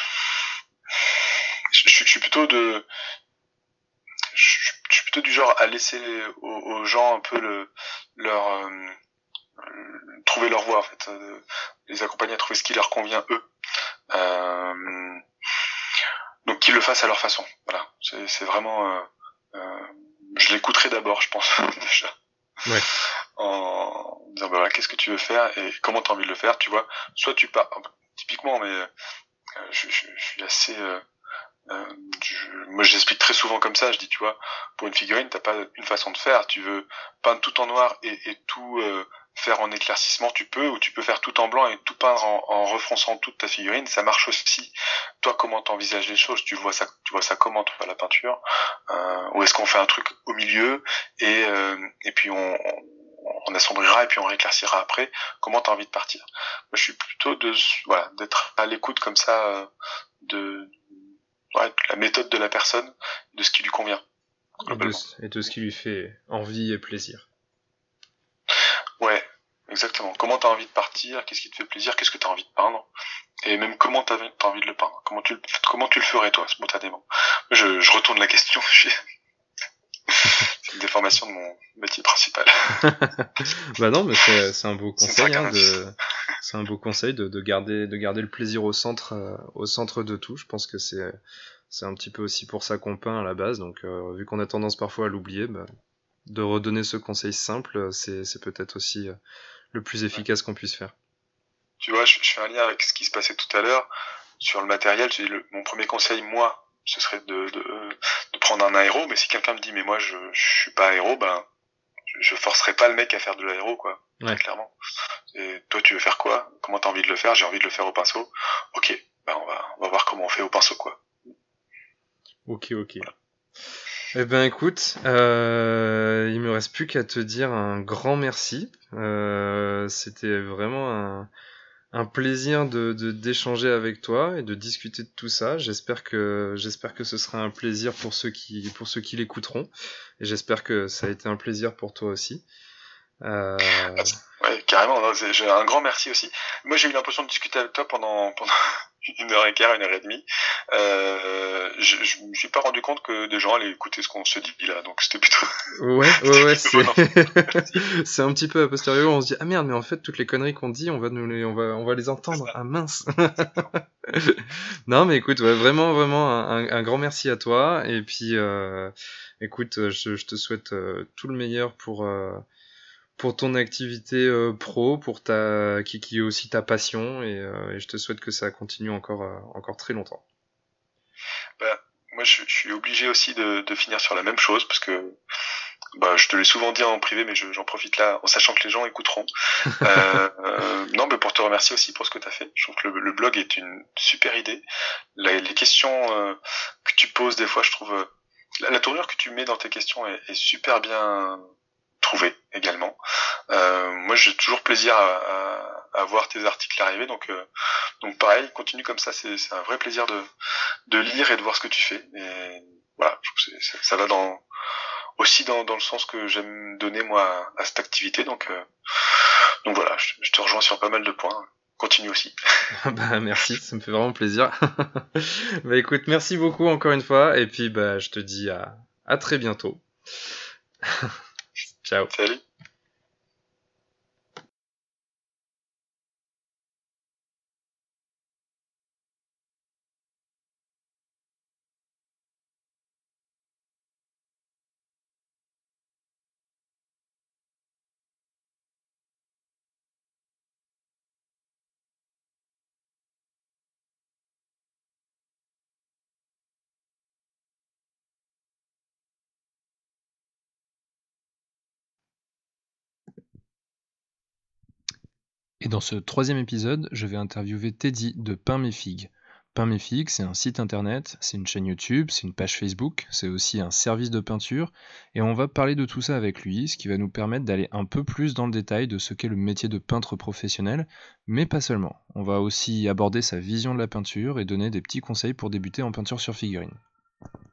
je, je suis plutôt de je, je suis plutôt du genre à laisser aux, aux gens un peu le leur euh, trouver leur voie en fait, euh, les accompagner à trouver ce qui leur convient eux. Euh, donc qu'ils le fassent à leur façon. Voilà, c'est, c'est vraiment. Euh, euh, je l'écouterai d'abord, je pense déjà. Ouais. En disant bah voilà, qu'est-ce que tu veux faire et comment t'as envie de le faire, tu vois. Soit tu pars typiquement, mais euh, je, je, je suis assez. Euh, euh, je, moi, j'explique très souvent comme ça. Je dis, tu vois, pour une figurine, t'as pas une façon de faire. Tu veux peindre tout en noir et, et tout euh, faire en éclaircissement, tu peux, ou tu peux faire tout en blanc et tout peindre en, en refronçant toute ta figurine. Ça marche aussi. Toi, comment t'envisages les choses? Tu vois ça, tu vois ça comment toi la peinture? Euh, ou est-ce qu'on fait un truc au milieu et euh, et puis on, on on assombrira et puis on rééclaircira après. Comment t'as envie de partir? Moi, je suis plutôt de, voilà, d'être à l'écoute comme ça euh, de, ouais, de la méthode de la personne, de ce qui lui convient. Et de, et de ce qui lui fait envie et plaisir. Ouais, exactement. Comment t'as envie de partir? Qu'est-ce qui te fait plaisir? Qu'est-ce que t'as envie de peindre? Et même comment t'as, t'as envie de le peindre? Comment tu, comment tu le ferais toi, spontanément? Je, je retourne la question. C'est une déformation de mon métier principal. Bah non, mais c'est, c'est un beau conseil, hein, de, c'est un beau conseil de, de garder, de garder le plaisir au centre, euh, au centre de tout. Je pense que c'est, c'est un petit peu aussi pour ça qu'on peint à la base. Donc, euh, vu qu'on a tendance parfois à l'oublier, bah, de redonner ce conseil simple, c'est, c'est peut-être aussi euh, le plus efficace qu'on puisse faire. Tu vois, je, je fais un lien avec ce qui se passait tout à l'heure sur le matériel. Tu dis, le, mon premier conseil, moi, ce serait de, de, de prendre un aéro, mais si quelqu'un me dit mais moi je, je suis pas aéro, ben je, je forcerai pas le mec à faire de l'aéro, quoi, ouais. Très clairement. Et toi tu veux faire quoi? Comment t'as envie de le faire? J'ai envie de le faire au pinceau. Ok, ben on va on va voir comment on fait au pinceau, quoi. Ok, ok. Voilà. Eh ben écoute, euh, il me reste plus qu'à te dire un grand merci. Euh, c'était vraiment un Un plaisir de, de d'échanger avec toi et de discuter de tout ça. J'espère que j'espère que ce sera un plaisir pour ceux qui pour ceux qui l'écouteront et j'espère que ça a été un plaisir pour toi aussi. Euh... Ouais, carrément. Non, c'est, j'ai un grand merci aussi. Moi, j'ai eu l'impression de discuter avec toi pendant pendant une heure et quart, une heure et demie. Euh, je, je me suis pas rendu compte que des gens allaient écouter ce qu'on se dit là, donc c'était plutôt. Ouais, ouais, ouais. C'est c'est un petit peu a posteriori, on se dit ah merde, mais en fait toutes les conneries qu'on dit, on va nous les, on va, on va les entendre. Ah mince. Non, mais écoute, ouais, vraiment, vraiment un, un grand merci à toi. Et puis, euh, écoute, je, je te souhaite euh, tout le meilleur pour. Euh, pour ton activité euh, pro, pour ta qui, qui est aussi ta passion, et, euh, et je te souhaite que ça continue encore euh, encore très longtemps. Bah, moi, je, je suis obligé aussi de, de finir sur la même chose parce que bah, je te l'ai souvent dit en privé, mais je, j'en profite là, en sachant que les gens écouteront. euh, euh, non, mais pour te remercier aussi pour ce que tu as fait. Je trouve que le, le blog est une super idée. La, les questions euh, que tu poses des fois, je trouve euh, la, la tournure que tu mets dans tes questions est, est super bien trouvé également. Euh, moi, j'ai toujours plaisir à, à, à voir tes articles arriver, donc euh, donc pareil, continue comme ça, c'est, c'est un vrai plaisir de de lire et de voir ce que tu fais. Et voilà, je trouve que c'est, ça va dans aussi dans dans le sens que j'aime donner moi à, à cette activité, donc euh, donc voilà, je, je te rejoins sur pas mal de points. Continue aussi. Bah merci, ça me fait vraiment plaisir. Bah écoute, merci beaucoup encore une fois, et puis bah je te dis à à très bientôt. Ciao. Salut. Et dans ce troisième épisode, je vais interviewer Teddy de Peins mes figues. Peins mes figues, c'est un site internet, c'est une chaîne YouTube, c'est une page Facebook, c'est aussi un service de peinture, et on va parler de tout ça avec lui, ce qui va nous permettre d'aller un peu plus dans le détail de ce qu'est le métier de peintre professionnel, mais pas seulement. On va aussi aborder sa vision de la peinture et donner des petits conseils pour débuter en peinture sur figurine.